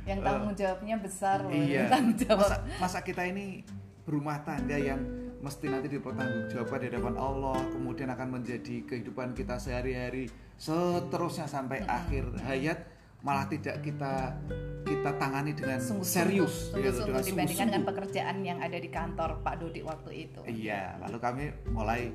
yang tanggung jawabnya besar loh. Iya. Tanggung jawab. Masa, masa kita ini berumah tangga yang mesti nanti dipertanggungjawabkan di hadapan Allah, kemudian akan menjadi kehidupan kita sehari-hari seterusnya sampai hmm. akhir hayat, malah tidak kita kita tangani dengan sungguh, serius sungguh, gitu, sungguh, dengan dibandingkan sungguh-sungguh dengan pekerjaan yang ada di kantor Pak Dodi waktu itu. Iya, lalu kami mulai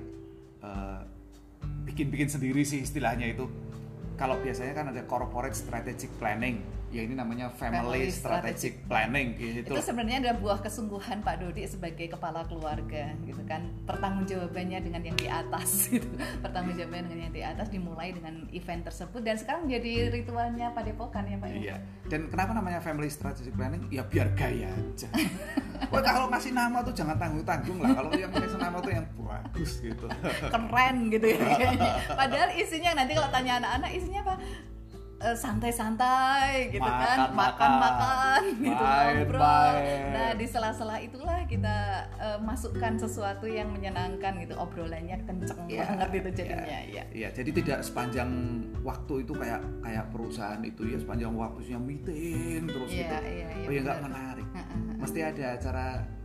uh, bikin-bikin sendiri sih istilahnya itu. Kalau biasanya kan ada corporate strategic planning, ya ini namanya family, family strategic, strategic planning gitu. Itu sebenarnya adalah buah kesungguhan Pak Dodi sebagai kepala keluarga gitu kan. Pertanggungjawabannya dengan yang di atas gitu. Pertanggungjawabannya dengan yang di atas dimulai dengan event tersebut dan sekarang menjadi ritualnya Padepokan ya Pak. Iya. Dan kenapa namanya family strategic planning? Ya biar gaya aja. Wah, kalau ngasih nama tuh jangan tanggung-tanggung lah. Kalau yang ngasih nama tuh yang bagus gitu. Keren gitu ya kayaknya. Padahal isinya nanti kalau tanya anak-anak isinya apa? Uh, santai-santai gitu makan, kan, makan-makan gitu, ngobrol. Main. Nah di sela-sela itulah kita uh, masukkan sesuatu yang menyenangkan gitu, obrolannya kenceng yeah. banget itu jadinya. Iya, yeah. yeah. Jadi tidak sepanjang waktu itu kayak kayak perusahaan itu ya sepanjang waktunya meeting terus yeah, gitu. Yeah, yeah, oh ya nggak menarik. Mesti ada acara,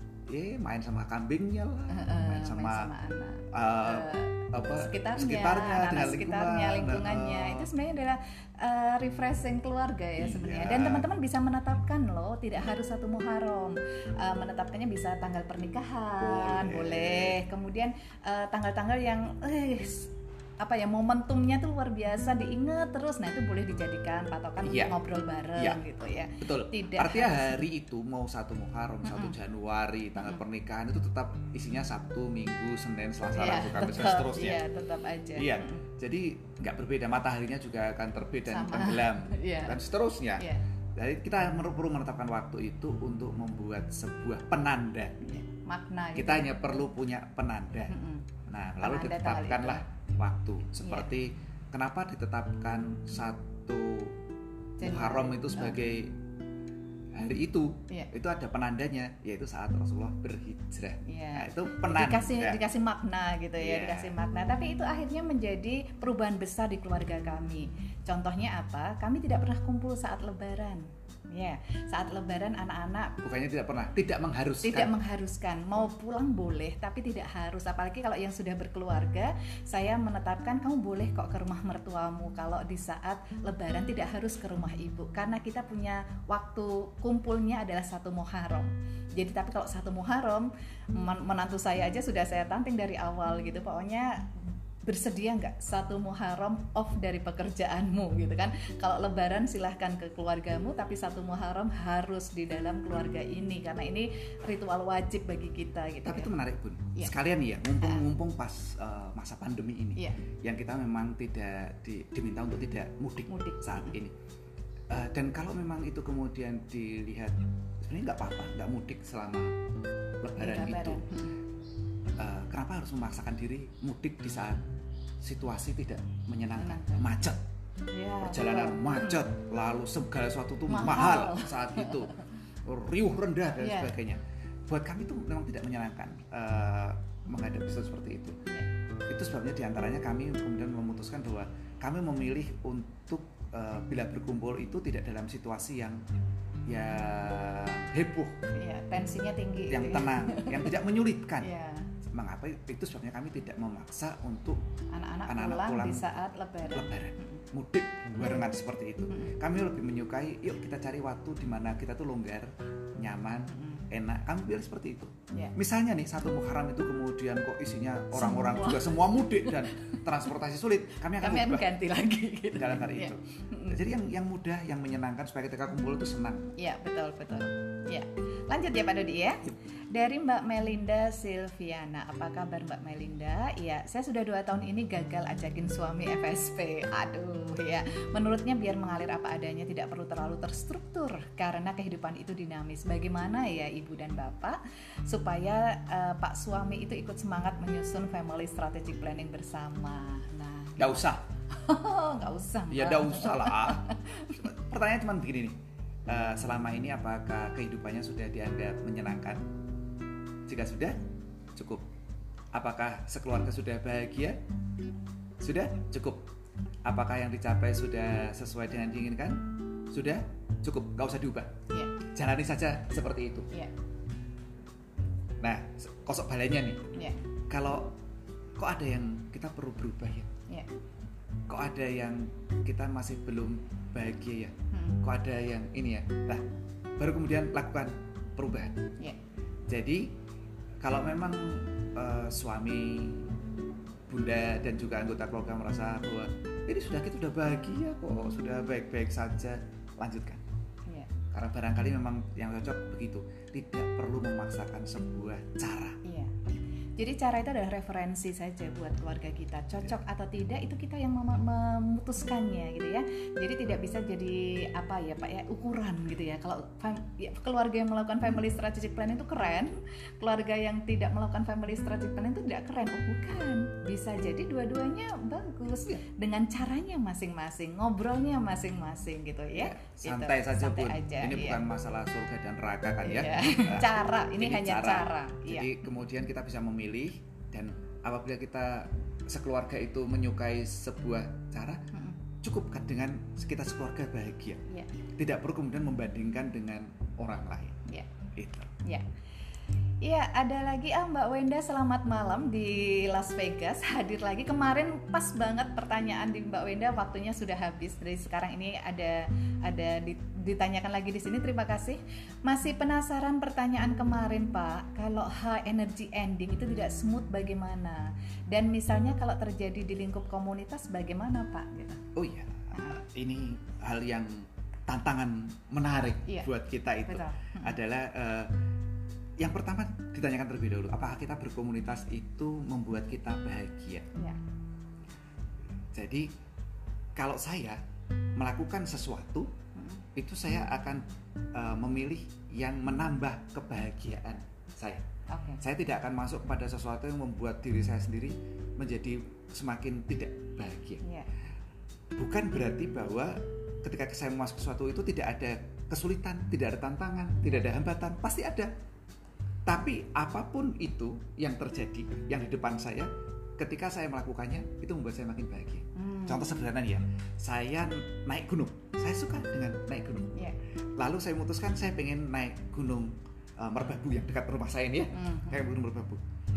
ya main sama kambingnya lah, uh, main sama, main sama anak. Uh, uh, apa sekitarnya, sekitarnya anak-anak sekitarnya, lingkungannya. Nah, itu sebenarnya adalah uh, refreshing keluarga ya sebenarnya. Iya. Dan teman-teman bisa menetapkan loh, tidak harus satu Muharram. Uh, menetapkannya bisa tanggal pernikahan, boleh. boleh. Kemudian uh, tanggal-tanggal yang eh, apa ya momentumnya tuh luar biasa diingat terus, nah itu boleh dijadikan patokan ya. untuk ngobrol bareng ya. Gitu ya. Betul. Tidak artinya harus... hari itu mau satu Muharram, mm-hmm. satu Januari, tanggal mm-hmm. pernikahan itu tetap isinya Sabtu, Minggu, Senin, Selasa, Rabu, ya, Kamis dan seterusnya. Iya, tetap aja. Iya. Mm-hmm. Jadi nggak berbeda, mataharinya juga akan terbit dan Sama. tenggelam ya. dan seterusnya. Ya. Jadi kita perlu menetapkan waktu itu untuk membuat sebuah penanda. Ya. Makna. Kita gitu. hanya perlu punya penanda. Mm-hmm. Nah, lalu penanda ditetapkanlah waktu seperti yeah. kenapa ditetapkan satu Muharram itu sebagai hari itu yeah. itu ada penandanya, yaitu saat Rasulullah berhijrah. yeah. Nah, itu penanda dikasih dikasih makna gitu ya, yeah. dikasih makna. Tapi itu akhirnya menjadi perubahan besar di keluarga kami. Contohnya apa? Kami tidak pernah kumpul saat Lebaran. Ya, saat Lebaran anak-anak bukannya tidak pernah, tidak mengharuskan. Tidak mengharuskan, mau pulang boleh, tapi tidak harus. Apalagi kalau yang sudah berkeluarga, saya menetapkan kamu boleh kok ke rumah mertuamu. Kalau di saat Lebaran tidak harus ke rumah ibu, karena kita punya waktu kumpulnya adalah satu Muharram. Jadi tapi kalau satu Muharram, menantu saya aja sudah saya tantang dari awal gitu, pokoknya bersedia nggak satu Muharram off dari pekerjaanmu gitu kan. Kalau Lebaran silahkan ke keluargamu, tapi satu Muharram harus di dalam keluarga ini karena ini ritual wajib bagi kita gitu. Tapi ya. itu menarik Bun, ya. sekalian ya mumpung-mumpung pas uh, masa pandemi ini ya. yang kita memang tidak di, diminta untuk tidak mudik, mudik. saat ini uh, dan kalau memang itu kemudian dilihat sebenarnya nggak apa-apa nggak mudik selama Lebaran, Lebaran. itu hmm. Uh, kenapa harus memaksakan diri mudik di saat situasi tidak menyenangkan, menyenangkan. macet, ya, perjalanan betul. macet, lalu segala sesuatu itu mahal, mahal saat itu, riuh rendah dan yeah. sebagainya. Buat kami itu memang tidak menyenangkan uh, menghadapi situasi seperti itu. Yeah. Itu sebabnya diantaranya kami kemudian memutuskan bahwa kami memilih untuk uh, bila berkumpul itu tidak dalam situasi yang yang heboh, ya, tensinya tinggi, yang tenang, yang tidak menyulitkan. Ya. Mengapa itu sebabnya kami tidak memaksa untuk anak-anak, anak-anak pulang, pulang di saat Lebaran, lebaran. mudik barengan hmm. seperti itu. Hmm. Kami lebih menyukai, yuk kita cari waktu di mana kita tuh longgar, nyaman, hmm. enak. Kami pilih seperti itu. Yeah. Misalnya nih satu Muharram itu kemudian kok isinya orang-orang semua. juga semua mudik dan transportasi sulit, kami akan kami ganti lagi gitu. dalam hari yeah. itu. Jadi yang yang mudah, yang menyenangkan supaya ketika kumpul itu senang. Iya, betul betul. Ya. Lanjut ya Pak Dodi ya. Dari Mbak Melinda Silviana, apa kabar Mbak Melinda? Iya, saya sudah dua tahun ini gagal ajakin suami F S P. Aduh ya, menurutnya biar mengalir apa adanya, tidak perlu terlalu terstruktur karena kehidupan itu dinamis. Bagaimana ya Ibu dan Bapak supaya uh, Pak suami itu ikut semangat menyusun family strategic planning bersama? Nah, nggak usah. Nggak usah. Ya nggak usah lah. Pertanyaan cuma begini nih. Uh, selama ini apakah kehidupannya sudah dianggap menyenangkan? Jika sudah, cukup. Apakah sekeluarga sudah bahagia? Sudah, cukup. Apakah yang dicapai sudah sesuai dengan diinginkan? sudah cukup, nggak usah diubah. Ya. Jalani saja seperti itu. Ya. Nah, kosok balainya nih. Ya. Kalau kok ada yang kita perlu berubah ya? Ya. Kok ada yang kita masih belum bahagia ya? Hmm. Kok ada yang ini ya? Nah, baru kemudian lakukan perubahan. Ya. Jadi kalau memang uh, suami, bunda dan juga anggota keluarga merasa bahwa ini sudah kita sudah bahagia kok, sudah baik-baik saja, lanjutkan. Ya. Karena barangkali memang yang cocok begitu, tidak perlu memaksakan sebuah cara. Iya. Jadi cara itu adalah referensi saja buat keluarga kita. Cocok atau tidak itu kita yang mem- memutuskannya gitu ya. Jadi tidak bisa jadi apa ya Pak ya ukuran gitu ya. Kalau fam- ya, keluarga yang melakukan family strategic plan itu keren, keluarga yang tidak melakukan family strategic plan itu tidak keren. Oh bukan, bisa jadi dua-duanya bagus Ya. dengan caranya masing-masing, ngobrolnya masing-masing gitu ya. Ya, santai gitu. saja Santai Bun. aja, Ini iya. bukan masalah surga dan neraka kan ya. Iya. Nah, Cara, ini, hanya cara. Jadi Iya. kemudian kita bisa memilih, dan apabila kita sekeluarga itu menyukai sebuah cara, Mm-mm. cukupkan dengan kita sekeluarga bahagia. Iya. Tidak perlu kemudian membandingkan dengan orang lain. Iya. Itu. Ya, ya ada lagi ah Mbak Wenda, selamat malam di Las Vegas, hadir lagi. Kemarin pas banget pertanyaan di Mbak Wenda, waktunya sudah habis. Dari sekarang ini ada ada ditanyakan lagi di sini. Terima kasih. Masih penasaran pertanyaan kemarin Pak, kalau high energy ending itu tidak smooth bagaimana? Dan misalnya kalau terjadi di lingkup komunitas bagaimana Pak? Gitu. Oh iya, ini hal yang tantangan menarik Iya. buat kita itu. Betul. Adalah uh, yang pertama ditanyakan terlebih dahulu, apakah kita berkomunitas itu membuat kita bahagia? Ya. Jadi kalau saya melakukan sesuatu, Hmm. itu saya akan uh, memilih yang menambah kebahagiaan saya. Oke. Saya tidak akan masuk pada sesuatu yang membuat diri saya sendiri menjadi semakin tidak bahagia. Ya. Bukan berarti bahwa ketika saya masuk sesuatu itu tidak ada kesulitan, tidak ada tantangan, tidak ada hambatan, pasti ada. Tapi apapun itu yang terjadi, yang di depan saya, ketika saya melakukannya, itu membuat saya makin bahagia. Hmm. Contoh sederhana ya, saya naik gunung, saya suka dengan naik gunung. Ya. Lalu saya memutuskan saya pengen naik gunung uh, Merbabu yang dekat rumah saya ini ya, Hmm. kayak gunung Merbabu.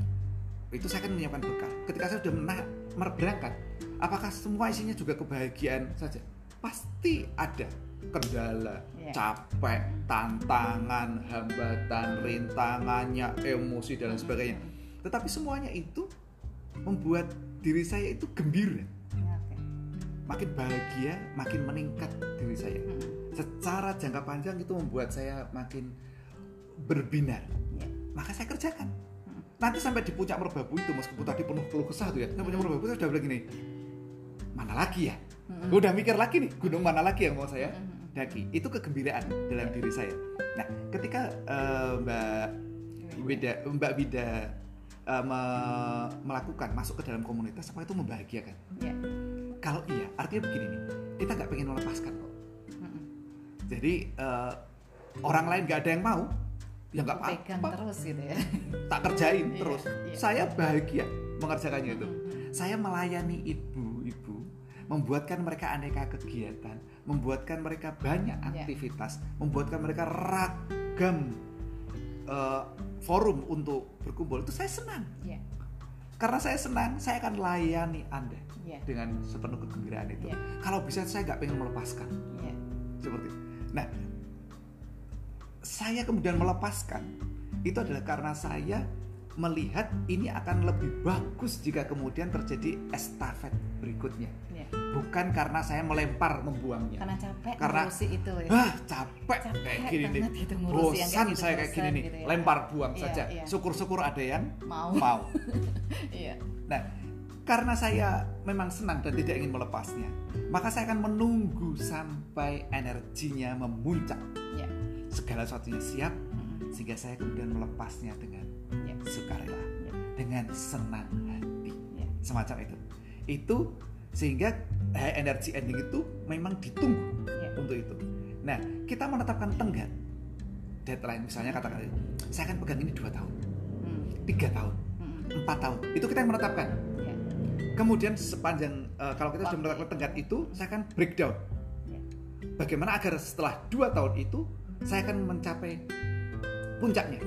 Itu saya akan menyiapkan bekal. Ketika saya sudah menaik, berangkat, apakah semua isinya juga kebahagiaan saja? Pasti ada kendala, Yeah. capek, tantangan, hambatan, rintangannya, emosi dan lain sebagainya. Tetapi semuanya itu membuat diri saya itu gembira, Oke. makin bahagia, makin meningkat diri saya. Hmm. Secara jangka panjang itu membuat saya makin berbinar. Ya. Maka saya kerjakan. Nanti sampai di puncak Merbabu itu, meskipun tadi penuh keluh kesah tuh ya, sampai puncak Merbabu saya udah bilang gini, mana lagi ya? Hmm. Gue udah mikir lagi nih, gunung mana lagi yang mau saya Hmm. daki. Itu kegembiraan dalam diri saya. Nah, ketika uh, Mbak Wida, Mbak Wida uh, me- melakukan masuk ke dalam komunitas, apa itu membahagiakan? Ya. Kalau iya, artinya begini nih, kita nggak pengen melepaskan kok. Hmm. Jadi uh, orang lain nggak ada yang mau, ya nggak Pegang apa-apa, terus gitu ya. tak kerjain Iya, terus. iya. Saya bahagia mengerjakannya itu. Hmm. Saya melayani ibu-ibu, membuatkan mereka aneka kegiatan, membuatkan mereka banyak aktivitas, membuatkan mereka ragam uh, forum untuk berkumpul. Itu saya senang. Ya. Karena saya senang, saya akan layani Anda Ya. dengan sepenuh kegembiraan itu. Ya. Kalau bisa saya nggak pengen melepaskan. Ya. Seperti itu. Nah, saya kemudian melepaskan itu adalah karena saya melihat ini akan lebih bagus jika kemudian terjadi estafet berikutnya. Ya. Bukan karena saya melempar membuangnya. Karena capek Karena, ngurusi itu ya. Ah, capek, Capek kayak gini nih. banget gitu ngurusi yang Bosan kayak gitu, saya kayak gini bosan nih. gitu ya. Lempar buang Iya, saja. iya. Syukur-syukur ada yang Mau. mau. Iya. Nah, karena saya memang senang dan tidak ingin melepasnya, maka saya akan menunggu sampai energinya memuncak, Ya. segala sesuatunya siap, Hmm. sehingga saya kemudian melepasnya dengan Ya. sukarela, Ya. dengan senang hati, Ya. semacam itu. Itu sehingga high energy ending itu memang ditunggu Ya. untuk itu. Nah, kita menetapkan tenggat deadline, misalnya katakan saya akan pegang ini dua tahun, Hmm. tiga tahun, Hmm. empat tahun. Itu kita yang menetapkan. Ya. Kemudian sepanjang uh, kalau kita sudah Waktu. menetapkan tenggat itu, saya akan breakdown. Ya. bagaimana agar setelah dua tahun itu saya akan mencapai puncaknya,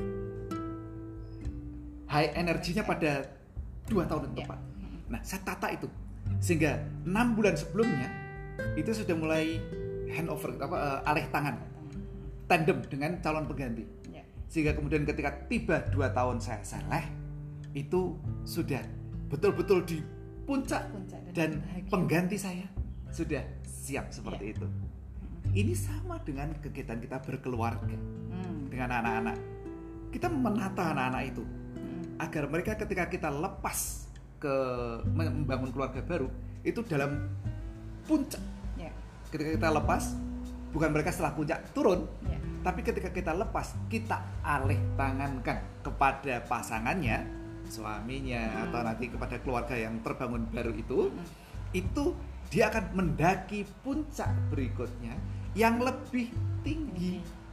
high energinya pada dua tahun yang tepat. Nah, saya tata itu sehingga enam bulan sebelumnya itu sudah mulai handover, apa uh, alih tangan, tandem dengan calon pengganti. Sehingga kemudian ketika tiba dua tahun saya seleh, itu sudah betul-betul di puncak, puncak dan, dan pengganti saya sudah siap seperti ya. Itu. Ini sama dengan kegiatan kita berkeluarga hmm. dengan anak-anak. Kita menata anak-anak itu hmm. agar mereka ketika kita lepas ke membangun keluarga baru itu dalam puncak. Ya. Ketika kita lepas, bukan mereka setelah puncak turun, ya. Tapi ketika kita lepas, kita alih tangankan kepada pasangannya, suaminya hmm. atau nanti kepada keluarga yang terbangun baru itu, hmm. itu dia akan mendaki puncak berikutnya yang lebih tinggi.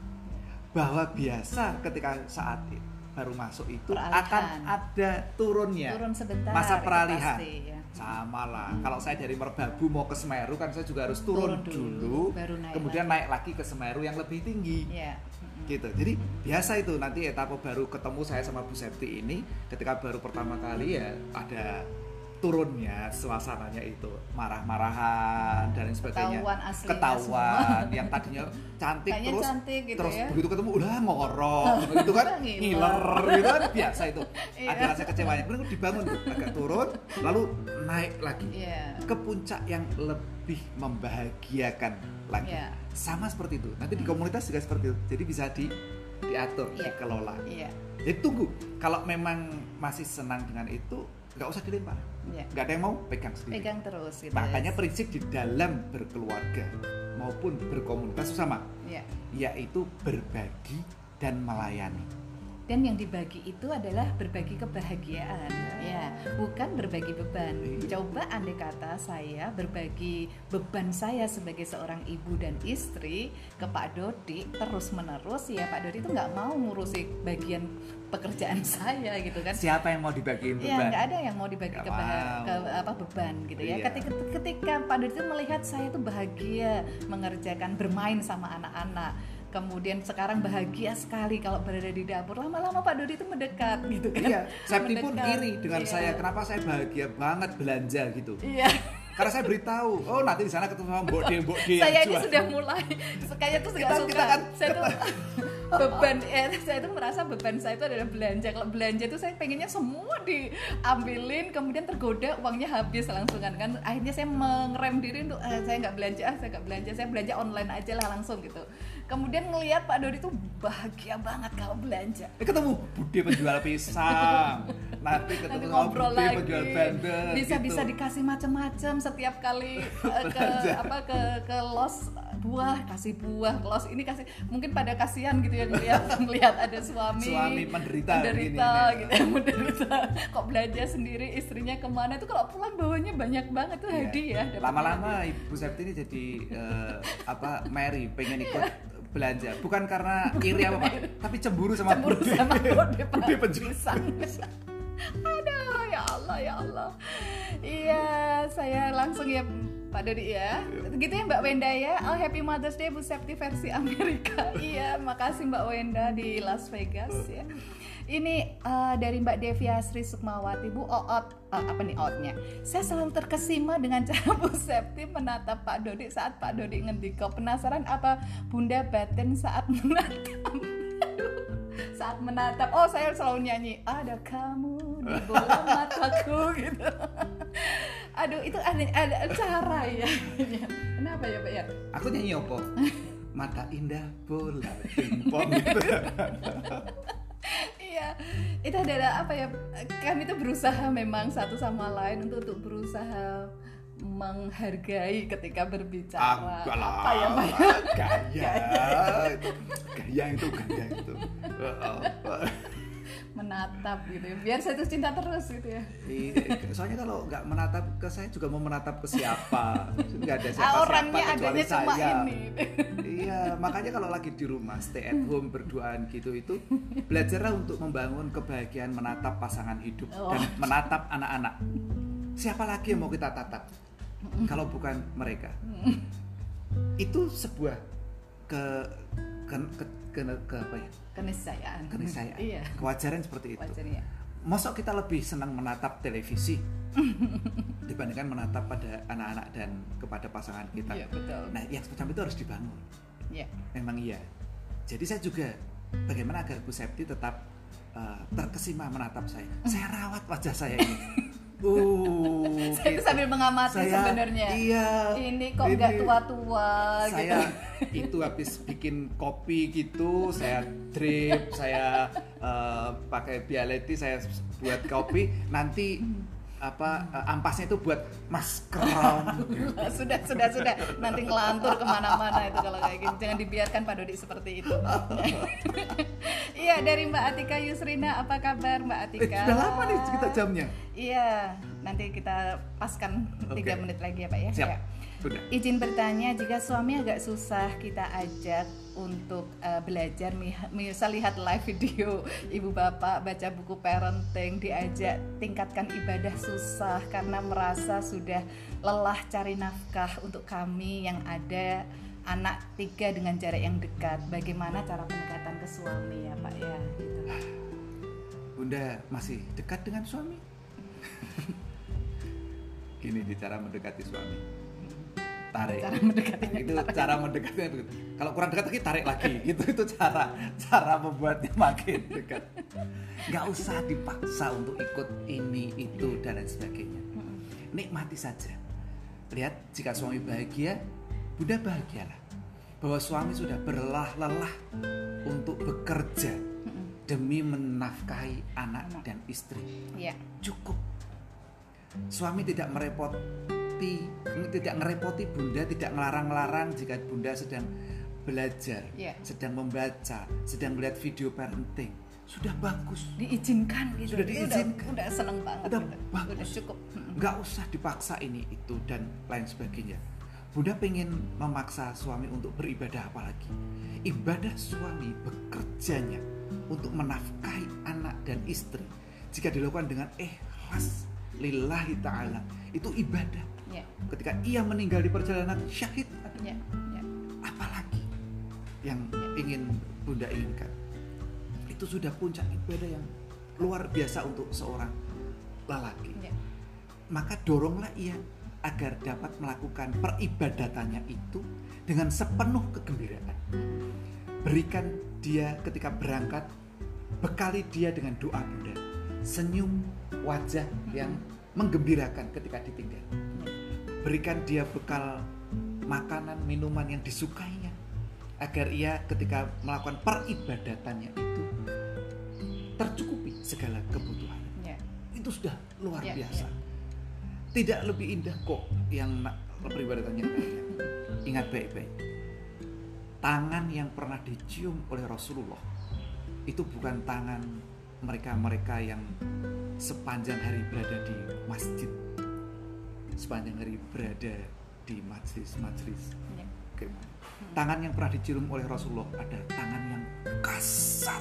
Bahwa biasa ketika saat baru masuk itu peralihan. Akan ada turunnya, turun sebentar, masa peralihan pasti, ya. Sama lah. Hmm. Kalau saya dari Merbabu mau ke Semeru kan saya juga harus turun, turun dulu, dulu baru naik kemudian lagi. naik lagi ke Semeru yang lebih tinggi. Ya. Hmm. Gitu. Jadi biasa itu nanti etapa baru ketemu saya sama Bu Septi ini ketika baru pertama kali ya ada turunnya suasananya itu marah-marahan dan sebagainya, ketahuan aslinya ketahuan semua. Yang tadinya cantik kayaknya terus cantik gitu terus ya. Begitu ketemu udah ngorok gitu kan ngiler gitu kan biasa itu ada rasa kecewanya, kemudian dibangun agak turun lalu naik lagi yeah. ke puncak yang lebih membahagiakan lagi yeah. sama seperti itu nanti di komunitas juga seperti itu, jadi bisa di diatur yeah. dikelola yeah. Jadi tunggu kalau memang masih senang dengan itu nggak usah dilempar, ya. Nggak ada yang mau pegang sendiri. Pegang terus. Gitu Makanya ya. Prinsip di dalam berkeluarga maupun berkomunitas sama, ya. Yaitu berbagi dan melayani. Dan yang dibagi itu adalah berbagi kebahagiaan, ya, bukan berbagi beban. Coba andai kata saya berbagi beban saya sebagai seorang ibu dan istri ke Pak Dodi terus menerus, ya Pak Dodi itu nggak mau ngurusi bagian pekerjaan saya gitu kan. Siapa yang mau dibagiin beban? Ya nggak ada yang mau dibagi ke, ke apa beban gitu ya. Iya. Ketika ketika Pak Dodi itu melihat saya itu bahagia mengerjakan bermain sama anak-anak. Kemudian sekarang bahagia sekali kalau berada di dapur. Lama-lama Pak Dodi itu mendekat gitu kan. Iya, Septi pun iri dengan iya. saya. Kenapa saya bahagia banget belanja gitu. Iya. Karena saya beritahu, oh nanti di sana ketemu sama Mbok De, Mbok De. Saya ini sudah mulai, kayaknya tuh nggak suka. Kita kan, saya tuh beban, eh, saya tuh merasa beban saya itu adalah belanja. Kalau belanja itu saya pengennya semua diambilin, kemudian tergoda uangnya habis langsung kan. kan. Akhirnya saya mengerem diri untuk eh, saya nggak belanja, ah, saya nggak belanja, saya belanja online aja lah langsung gitu. Kemudian ngelihat Pak Dodi tuh bahagia banget kalau belanja. Eh, ketemu Bude penjual pisang, nanti ketemu nanti ngobrol Bude lagi, penjual bandeng. Bisa-bisa gitu. Dikasih macam-macam setiap kali uh, ke apa ke ke los buah, kasih buah, los ini kasih, mungkin pada kasihan gitu ya melihat melihat ada suami suami menderita menderita gini, gitu ya, menderita kok belanja sendiri, istrinya kemana itu kalau pulang bawanya banyak banget tuh hadiah. Ya. Lama-lama Ibu Septi ini jadi uh, apa Mary pengen ikut belanja, bukan karena iri apa Pak, tapi cemburu sama cemburu Bude. sama Bude, Bude penjual pisang. Aduh, ya Allah, ya Allah. Iya, saya langsung ya Pak Dodi ya. Gitu ya Mbak Wenda ya. Oh, Happy Mother's Day Bu Septi versi Amerika. Iya, makasih Mbak Wenda di Las Vegas ya. Ini uh, dari Mbak Devia Sri Sukmawati, Bu Oot, uh, apa nih Ootnya? Saya selalu terkesima dengan cara Bu Septi menatap Pak Dodi saat Pak Dodi ngendiko. Penasaran apa Bunda batin saat menatap? Saat menatap, oh saya selalu nyanyi ada kamu di bola mataku gitu. Aduh itu ada, ada cara ya. Kenapa ya Pak ya? Aku nyanyi apa? Mata indah bola pingpong gitu. Iya, itu adalah apa ya? Kami itu berusaha memang satu sama lain untuk untuk berusaha menghargai ketika berbicara. Agaklah, apa ya Pak? Gaya itu, gaya itu, gaya itu. Menatap gitu ya, biar saya tuh cinta terus gitu ya. Soalnya kalau nggak menatap ke saya juga mau menatap ke siapa? Nggak ada siapa-siapa orangnya kecuali adanya cuma saya. Ini. Iya, makanya kalau lagi di rumah stay at home berduaan gitu itu belajarlah untuk membangun kebahagiaan menatap pasangan hidup oh. dan menatap anak-anak. Siapa lagi yang mau kita tatap kalau bukan mereka? itu sebuah ke ke ke, ke, ke apa ya? Keniscayaan. Keniscayaan. Iya. Kewajaran seperti itu. Wajar ya. Mosok kita lebih senang menatap televisi dibandingkan menatap pada anak-anak dan kepada pasangan kita. Iya, betul. Nah, yang semacam itu harus dibangun. Iya. Memang iya. Jadi saya juga bagaimana agar Bu Septi tetap uh, terkesima menatap saya. Saya rawat wajah saya ini. Uh, Saya itu sambil mengamati saya, sebenarnya. Iya. Ini kok nggak tua-tua Saya gitu. itu habis bikin kopi gitu, saya drip, saya uh, pakai Bialetti, saya buat kopi. Nanti apa uh, ampasnya itu buat masker. sudah sudah sudah nanti ngelantur kemana-mana itu kalau kayak gitu. Jangan dibiarkan Pak Dodi seperti itu. Iya, dari Mbak Atika Yusrina, apa kabar Mbak Atika? Eh, sudah lama nih kita jamnya. Iya, nanti kita paskan tiga Oke. menit lagi ya Pak ya. Siap. Ya. Sudah. Izin bertanya, jika suami agak susah kita ajak untuk uh, belajar, misal lihat live video ibu bapak baca buku parenting, diajak tingkatkan ibadah susah karena merasa sudah lelah cari nafkah untuk kami yang ada anak tiga dengan jarak yang dekat. Bagaimana cara pendekatan ke suami ya Pak ya? Gitu. Bunda masih dekat dengan suami? Gini di cara mendekati suami. Tarik. Cara mendekatinya. Itu cara mendekatinya begitu. Kalau kurang dekat lagi tarik lagi. Gitu itu cara cara membuatnya makin dekat. Nggak usah dipaksa untuk ikut ini itu dan lain sebagainya. Nikmati saja. Lihat jika suami bahagia, Bunda bahagialah. Bahwa suami sudah berlelah-lelah untuk bekerja demi menafkahi anak dan istri. Iya. Cukup. Suami tidak merepoti, tidak ngerepoti Bunda, tidak ngelarang-larang jika Bunda sedang belajar, yeah. sedang membaca, sedang melihat video parenting. Sudah bagus. Diizinkan gitu. Sudah diizinkan. Udah, udah seneng banget. Udah gitu. bagus. Udah cukup. Nggak usah dipaksa ini itu dan lain sebagainya. Bunda pengen memaksa suami untuk beribadah apa lagi? Ibadah suami bekerjanya untuk menafkahi anak dan istri. Jika dilakukan dengan ikhlas lillahi ta'ala, itu ibadah. Ya. Ketika ia meninggal di perjalanan syahid, Ya. Ya. apalagi yang ingin Bunda inginkan? Itu sudah puncak ibadah yang luar biasa untuk seorang lelaki. Ya. Maka doronglah ia agar dapat melakukan peribadatannya itu dengan sepenuh kegembiraan. Berikan dia ketika berangkat, bekali dia dengan doa Bunda, senyum wajah yang menggembirakan ketika ditinggal. Berikan dia bekal makanan, minuman yang disukainya, agar ia ketika melakukan peribadatannya itu tercukupi segala kebutuhan. Ya. Itu sudah luar Ya, biasa. ya. Tidak lebih indah kok yang peribadatanya. Ingat baik-baik, tangan yang pernah dicium oleh Rasulullah itu bukan tangan mereka-mereka yang sepanjang hari berada di masjid, sepanjang hari berada di majlis-majlis. Ya. Tangan yang pernah dicium oleh Rasulullah ada tangan yang kasar,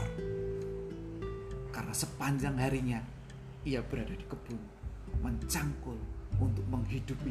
karena sepanjang harinya ia berada di kebun mencangkul untuk menghidupi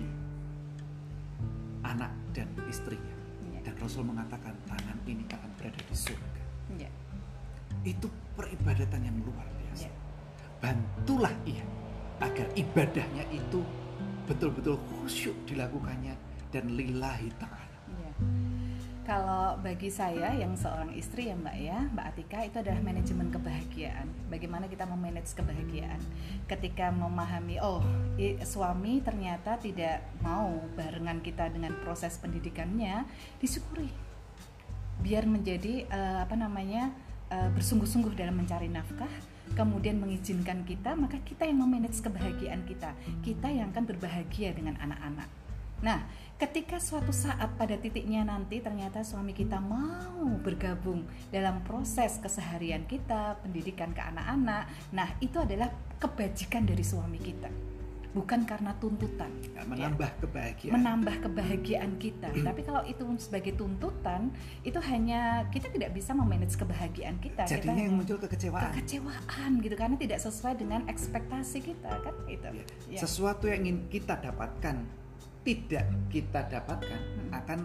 anak dan istrinya. Ya. Dan Rasul mengatakan tangan ini akan berada di surga. Ya. Itu peribadatan yang luar biasa. Ya. Bantulah ia agar ibadahnya itu betul-betul khusyuk dilakukannya dan lillahi ta'ala. Ya. Kalau bagi saya yang seorang istri ya Mbak ya, Mbak Atika, itu adalah manajemen kebahagiaan. Bagaimana kita memanage kebahagiaan ketika memahami, oh i, suami ternyata tidak mau barengan kita dengan proses pendidikannya, disyukuri. Biar menjadi uh, apa namanya uh, bersungguh-sungguh dalam mencari nafkah, kemudian mengizinkan kita, maka kita yang memanage kebahagiaan kita. Kita yang akan berbahagia dengan anak-anak. Nah, ketika suatu saat pada titiknya nanti ternyata suami kita mau bergabung dalam proses keseharian kita, pendidikan ke anak-anak, nah itu adalah kebajikan dari suami kita, bukan karena tuntutan. Menambah ya. kebahagiaan. Menambah kebahagiaan kita. Tapi kalau itu sebagai tuntutan, itu hanya kita tidak bisa memanage kebahagiaan kita. Jadinya kita yang muncul kekecewaan. Kekecewaan gitu, karena tidak sesuai dengan ekspektasi kita kan itu. Ya. Ya. Sesuatu yang ingin kita dapatkan tidak kita dapatkan hmm. akan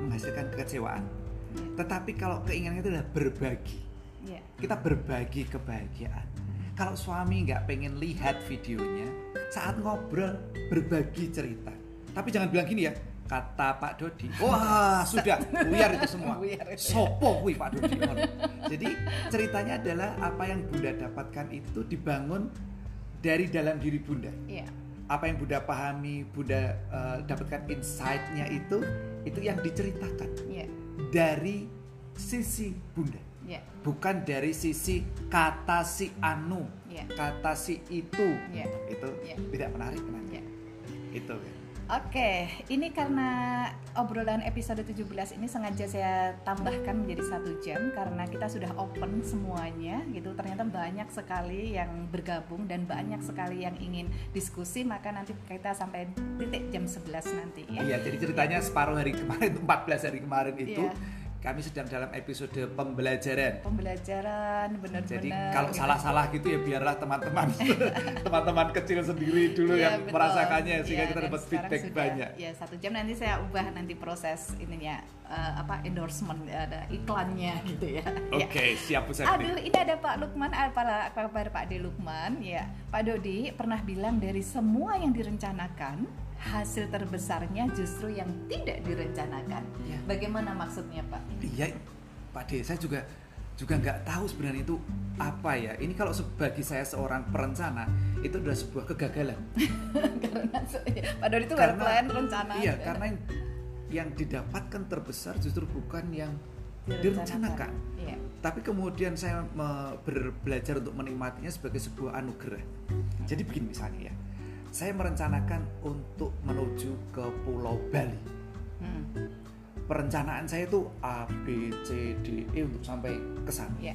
menghasilkan kekecewaan. Yeah. Tetapi kalau keinginannya itu adalah berbagi, yeah. kita berbagi kebahagiaan. Kalau suami nggak pengen lihat videonya, saat ngobrol berbagi cerita. Tapi jangan bilang gini ya, kata Pak Dodi, wah sudah buyar itu semua. Sopo kuwi Pak Dodi. Jadi ceritanya adalah apa yang Bunda dapatkan itu dibangun dari dalam diri Bunda. Yeah. Apa yang Bunda pahami, Bunda uh, dapatkan insight-nya itu, itu yang diceritakan yeah. dari sisi Bunda. Yeah. Bukan dari sisi kata si anu, yeah. kata si itu, yeah. itu yeah. tidak menarik kenanya. Yeah. Itu. Oke, ini karena obrolan episode tujuh belas ini sengaja saya tambahkan menjadi satu jam karena kita sudah open semuanya gitu. Ternyata banyak sekali yang bergabung dan banyak sekali yang ingin diskusi, maka nanti kita sampai titik jam sebelas nanti ya. Iya, jadi ceritanya separuh hari kemarin, empat belas hari kemarin itu yeah. kami sedang dalam episode pembelajaran. Pembelajaran, benar-benar. Jadi kalau gitu. Salah-salah gitu ya biarlah teman-teman, teman-teman kecil sendiri dulu ya, yang betul. Merasakannya sehingga ya, kita dapat feedback sudah, banyak. Ya satu jam nanti saya ubah nanti proses ininya uh, apa endorsement ada iklannya gitu ya. Oke okay, ya. Siap Bu Septi. Aduh ini ada Pak Lukman, apa kabar Pak De Lukman ya. Pak Dodi pernah bilang dari semua yang direncanakan hasil terbesarnya justru yang tidak direncanakan. Ya. Bagaimana maksudnya Pak? Iya Pak De, saya juga juga nggak tahu sebenarnya itu apa ya. Ini kalau sebagai saya seorang perencana itu adalah sebuah kegagalan. Karena Pak Dodi itu nggak plan rencana. Iya, karena yang, yang didapatkan terbesar justru bukan yang direncanakan. Iya. Tapi kemudian saya me- belajar untuk menikmatinya sebagai sebuah anugerah. Jadi begini misalnya ya. Saya merencanakan untuk menuju ke Pulau Bali. Hmm. Perencanaan saya itu A, B, C, D, E untuk sampai ke sana. Yeah.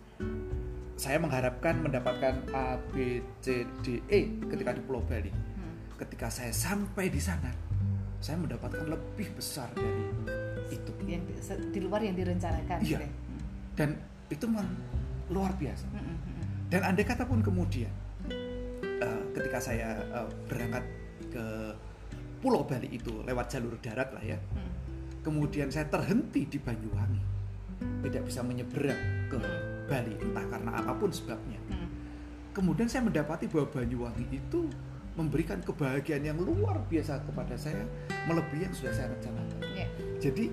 Saya mengharapkan mendapatkan A, B, C, D, E ketika hmm. di Pulau Bali. Hmm. Ketika saya sampai di sana, saya mendapatkan lebih besar dari itu. Yang di, di luar yang direncanakan. Iya. Hmm. Dan itu memang luar biasa. Hmm. Dan andai kata pun kemudian Uh, ketika saya uh, berangkat ke Pulau Bali itu lewat jalur darat lah ya, hmm. kemudian saya terhenti di Banyuwangi, tidak bisa menyeberang ke hmm. Bali entah karena apapun sebabnya. Hmm. Kemudian saya mendapati bahwa Banyuwangi itu memberikan kebahagiaan yang luar biasa kepada saya, melebihi yang sudah saya rencanakan. Yeah. Jadi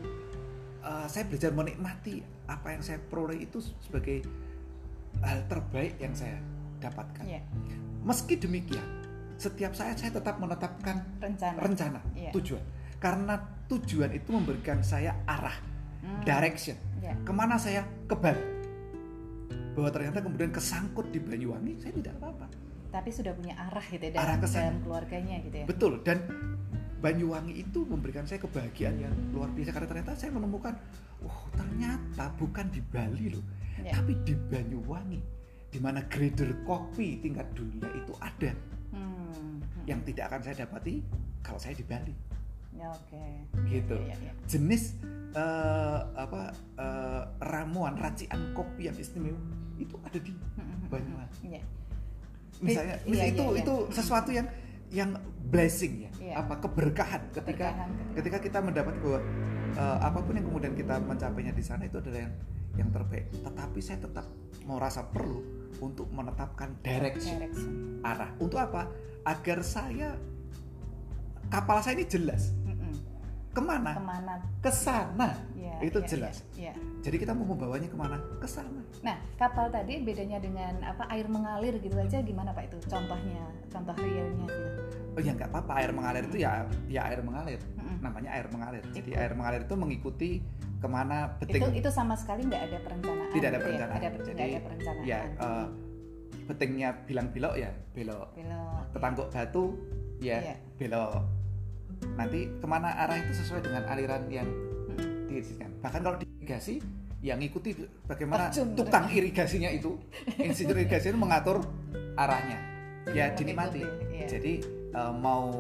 uh, saya belajar menikmati apa yang saya peroleh itu sebagai hal terbaik yang saya dapatkan. Yeah. Meski demikian, setiap saat saya tetap menetapkan rencana, rencana yeah. tujuan. Karena tujuan itu memberikan saya arah, hmm. direction. Yeah. Kemana saya ke Bali. Bahwa ternyata kemudian kesangkut di Banyuwangi, saya tidak apa-apa. Tapi sudah punya arah gitu ya, dalam, dalam keluarganya gitu ya. Betul, dan Banyuwangi itu memberikan saya kebahagiaan yang luar biasa. Karena ternyata saya menemukan, oh ternyata bukan di Bali loh, yeah. tapi di Banyuwangi. Di mana grader kopi tingkat dunia itu ada, hmm. yang tidak akan saya dapati kalau saya di Bali. Ya, oke. Okay. Gitu. Ya, ya, ya. Jenis uh, apa uh, ramuan racian kopi yang istimewa itu ada di Banyuwangi. Ya. Misalnya, ya, misalnya ya, itu ya. itu sesuatu yang yang blessing ya, ya. apa keberkahan ketika keberkahan. ketika kita mendapat bahwa uh, apapun yang kemudian kita mencapainya di sana itu adalah yang yang terbaik. Tetapi saya tetap merasa perlu untuk menetapkan direction, direction. arah. Untuk apa? Agar saya kapal saya ini jelas. Mm-mm. Kemana? Kemana? Kesana. Ya, itu ya, jelas. Ya, ya. Jadi kita mau membawanya kemana? Kesana. Nah, kapal tadi bedanya dengan apa? Air mengalir gitu aja gimana Pak itu? Contohnya, contoh realnya gitu. Oh ya nggak apa-apa. Air mengalir mm-hmm. itu ya, ya air mengalir. Mm-hmm. Namanya air mengalir. Jadi itu. Air mengalir itu mengikuti kemana beting. Itu itu sama sekali nggak ada perencanaan. Tidak ada perencanaan. Ya? Ada, Jadi ada perencanaan. Ya uh, betingnya bilang belok ya belok. Belok. Ketangguk batu ya yeah. belok. Nanti kemana arah itu sesuai dengan aliran yang hmm. diirigasikan. Bahkan kalau irigasi yang ngikuti bagaimana Terjun, tukang bener. irigasinya itu, insinyur irigasi itu mengatur arahnya. Ya dinikmati. Yeah. Jadi uh, mau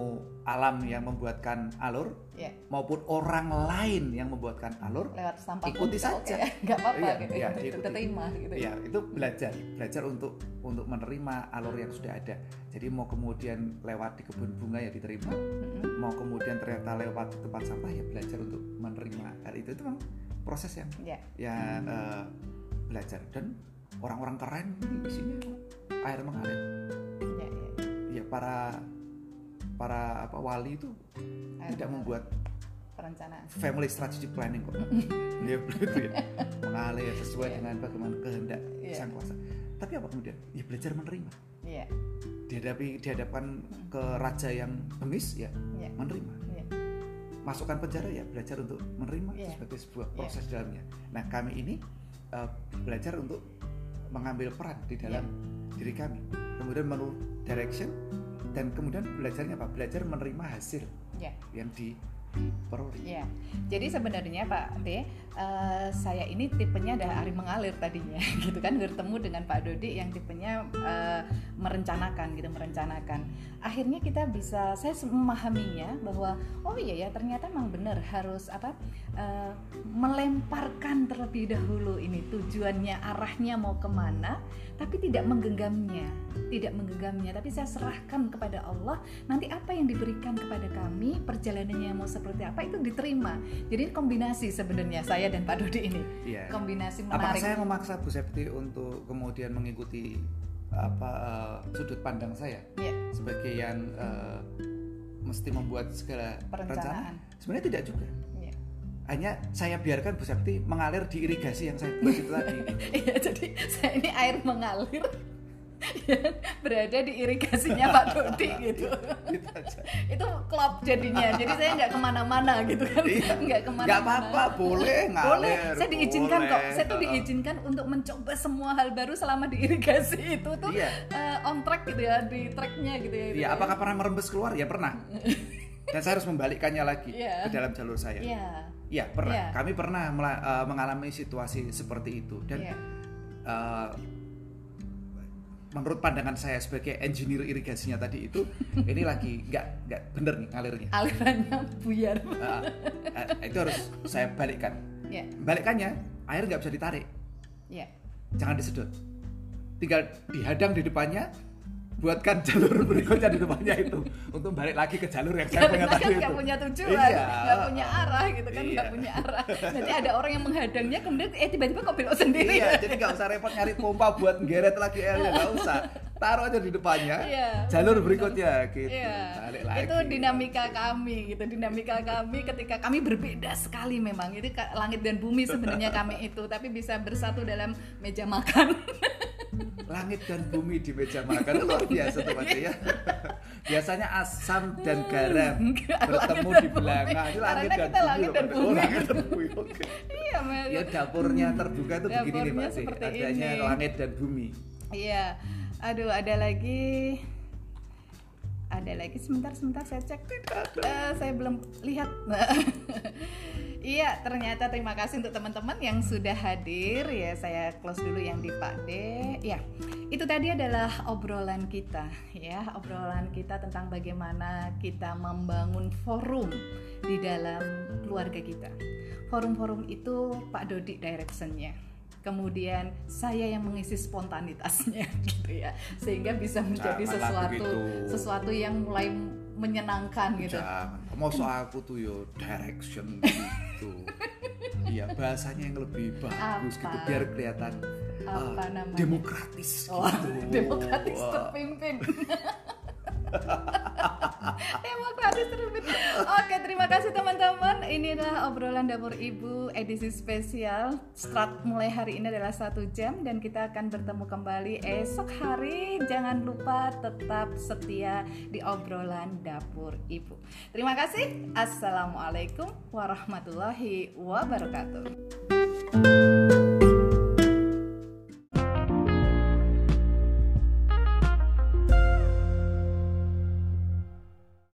alam yang membuatkan alur, yeah. maupun orang lain yang membuatkan alur, lewat sampah ikuti saja, okay. Nggak apa-apa iya, gitu, iya, itu terima gitu. Iya, itu belajar, belajar untuk untuk menerima alur yang sudah ada. Jadi mau kemudian lewat di kebun bunga ya diterima, mm-hmm. mau kemudian ternyata lewat di tempat sampah ya belajar untuk menerima hal itu. Itu memang proses yang yeah. yang uh, belajar. Dan orang-orang keren di sini air mengalir. Iya, iya. Ya para para apa wali itu air tidak mengalir. Membuat perencanaan family strategic planning kok. Ya begitu ya. Mengalir sesuai yeah. dengan bagaimana kehendak yeah. sang kuasa. Tapi apa kemudian? Ya belajar menerima. Iya. Yeah. Dihadapi dihadapkan hmm. ke raja yang bengis ya yeah. menerima. Yeah. Masukkan penjara ya belajar untuk menerima yeah. sebagai sebuah proses yeah. dalamnya. Nah, kami ini uh, belajar untuk mengambil peran di dalam yeah. diri kami. Kemudian menurut direction dan kemudian belajarnya apa? Belajar menerima hasil yeah. yang diperoleh. Ya, jadi sebenarnya Pak D, uh, saya ini tipenya ada air mengalir tadinya, gitu kan, bertemu dengan Pak Dodi yang tipenya uh, merencanakan, gitu, merencanakan. Akhirnya kita bisa, saya memahaminya bahwa oh iya ya ternyata memang benar harus apa? Uh, melemparkan terlebih dahulu ini tujuannya, arahnya mau kemana, tapi tidak menggenggamnya, tidak menggenggamnya, tapi saya serahkan kepada Allah. Nanti apa yang diberikan kepada kami, perjalanannya mau seperti apa itu diterima. Jadi kombinasi sebenarnya saya dan Pak Dodi ini, yeah. kombinasi menarik. Apakah saya memaksa Bu Septi untuk kemudian mengikuti apa uh, sudut pandang saya yeah. sebagai yang uh, mesti membuat segala perencanaan? Sebenarnya tidak juga. Hanya saya biarkan Bu Septi mengalir di irigasi yang saya buat itu tadi. Iya, jadi saya ini air mengalir ya, berada di irigasinya Pak Dodi gitu. Gitu aja. Itu klop jadinya. Jadi saya nggak kemana-mana gitu kan. Iya, nggak kemana-mana. Nggak apa-apa, boleh ngalir. Boleh. Saya diizinkan boleh. kok. Saya tuh diizinkan untuk mencoba semua hal baru selama di irigasi itu tuh iya. uh, on track gitu ya, di tracknya gitu ya. Gitu iya, ya. Apakah pernah merembes keluar? Ya pernah. Dan saya harus membalikkannya lagi yeah. ke dalam jalur saya. Iya. Yeah. Ya pernah, yeah. kami pernah mela- uh, mengalami situasi seperti itu dan yeah. uh, menurut pandangan saya sebagai engineer irigasinya tadi itu ini lagi nggak nggak bener nih ngalirnya. Alirannya buyar. Uh, uh, itu harus saya balikkan. Yeah. Balikkannya air nggak bisa ditarik. Yeah. Jangan disedot. Tinggal dihadang di depannya. Buatkan jalur berikutnya di depannya itu untuk balik lagi ke jalur yang saya punya tadi kan itu. Nggak punya tujuan, iya. nggak punya arah gitu kan, iya. nggak punya arah. Nanti ada orang yang menghadangnya kemudian eh tiba-tiba kok belok sendiri. Iya, jadi nggak usah repot nyari pompa buat ngeret lagi airnya, nggak usah. Taruh aja di depannya, iya. jalur berikutnya gitu. Iya. Balik lagi. Itu dinamika kami gitu, dinamika kami ketika kami berbeda sekali memang. Itu langit dan bumi sebenarnya kami itu, tapi bisa bersatu dalam meja makan. Langit dan bumi di meja makan luar biasa teman-teman ya. Biasanya asam dan garam bertemu di belakang. Itu langit dan bumi. Langit dan bumi. Oh, langit dan bumi. Oke. Iya, ya dapurnya terbuka itu begini nih Pak. Adanya ini. Langit dan bumi. Iya. Aduh, ada lagi. Ada lagi sebentar sebentar saya cek. Uh, saya belum lihat. Iya, ternyata terima kasih untuk teman-teman yang sudah hadir ya. Saya close dulu yang di Pak D. Ya, itu tadi adalah obrolan kita ya, obrolan kita tentang bagaimana kita membangun forum di dalam keluarga kita. Forum-forum itu Pak Dodi directionnya. Kemudian saya yang mengisi spontanitasnya gitu ya, sehingga bisa menjadi Jangan sesuatu sesuatu yang mulai menyenangkan gitu. Jangan, mau soal aku tuh yo direction gitu. Iya, bahasanya yang lebih bagus apa? Gitu biar kelihatan apa uh, namanya? Demokratis oh, gitu. Demokratis terpimpin. Demokratis terpimpin. Oke, terima kasih teman-teman. Inilah obrolan dapur ibu edisi spesial. Start mulai hari ini adalah satu jam dan kita akan bertemu kembali esok hari. Jangan lupa tetap setia di obrolan dapur ibu. Terima kasih. Assalamualaikum warahmatullahi wabarakatuh.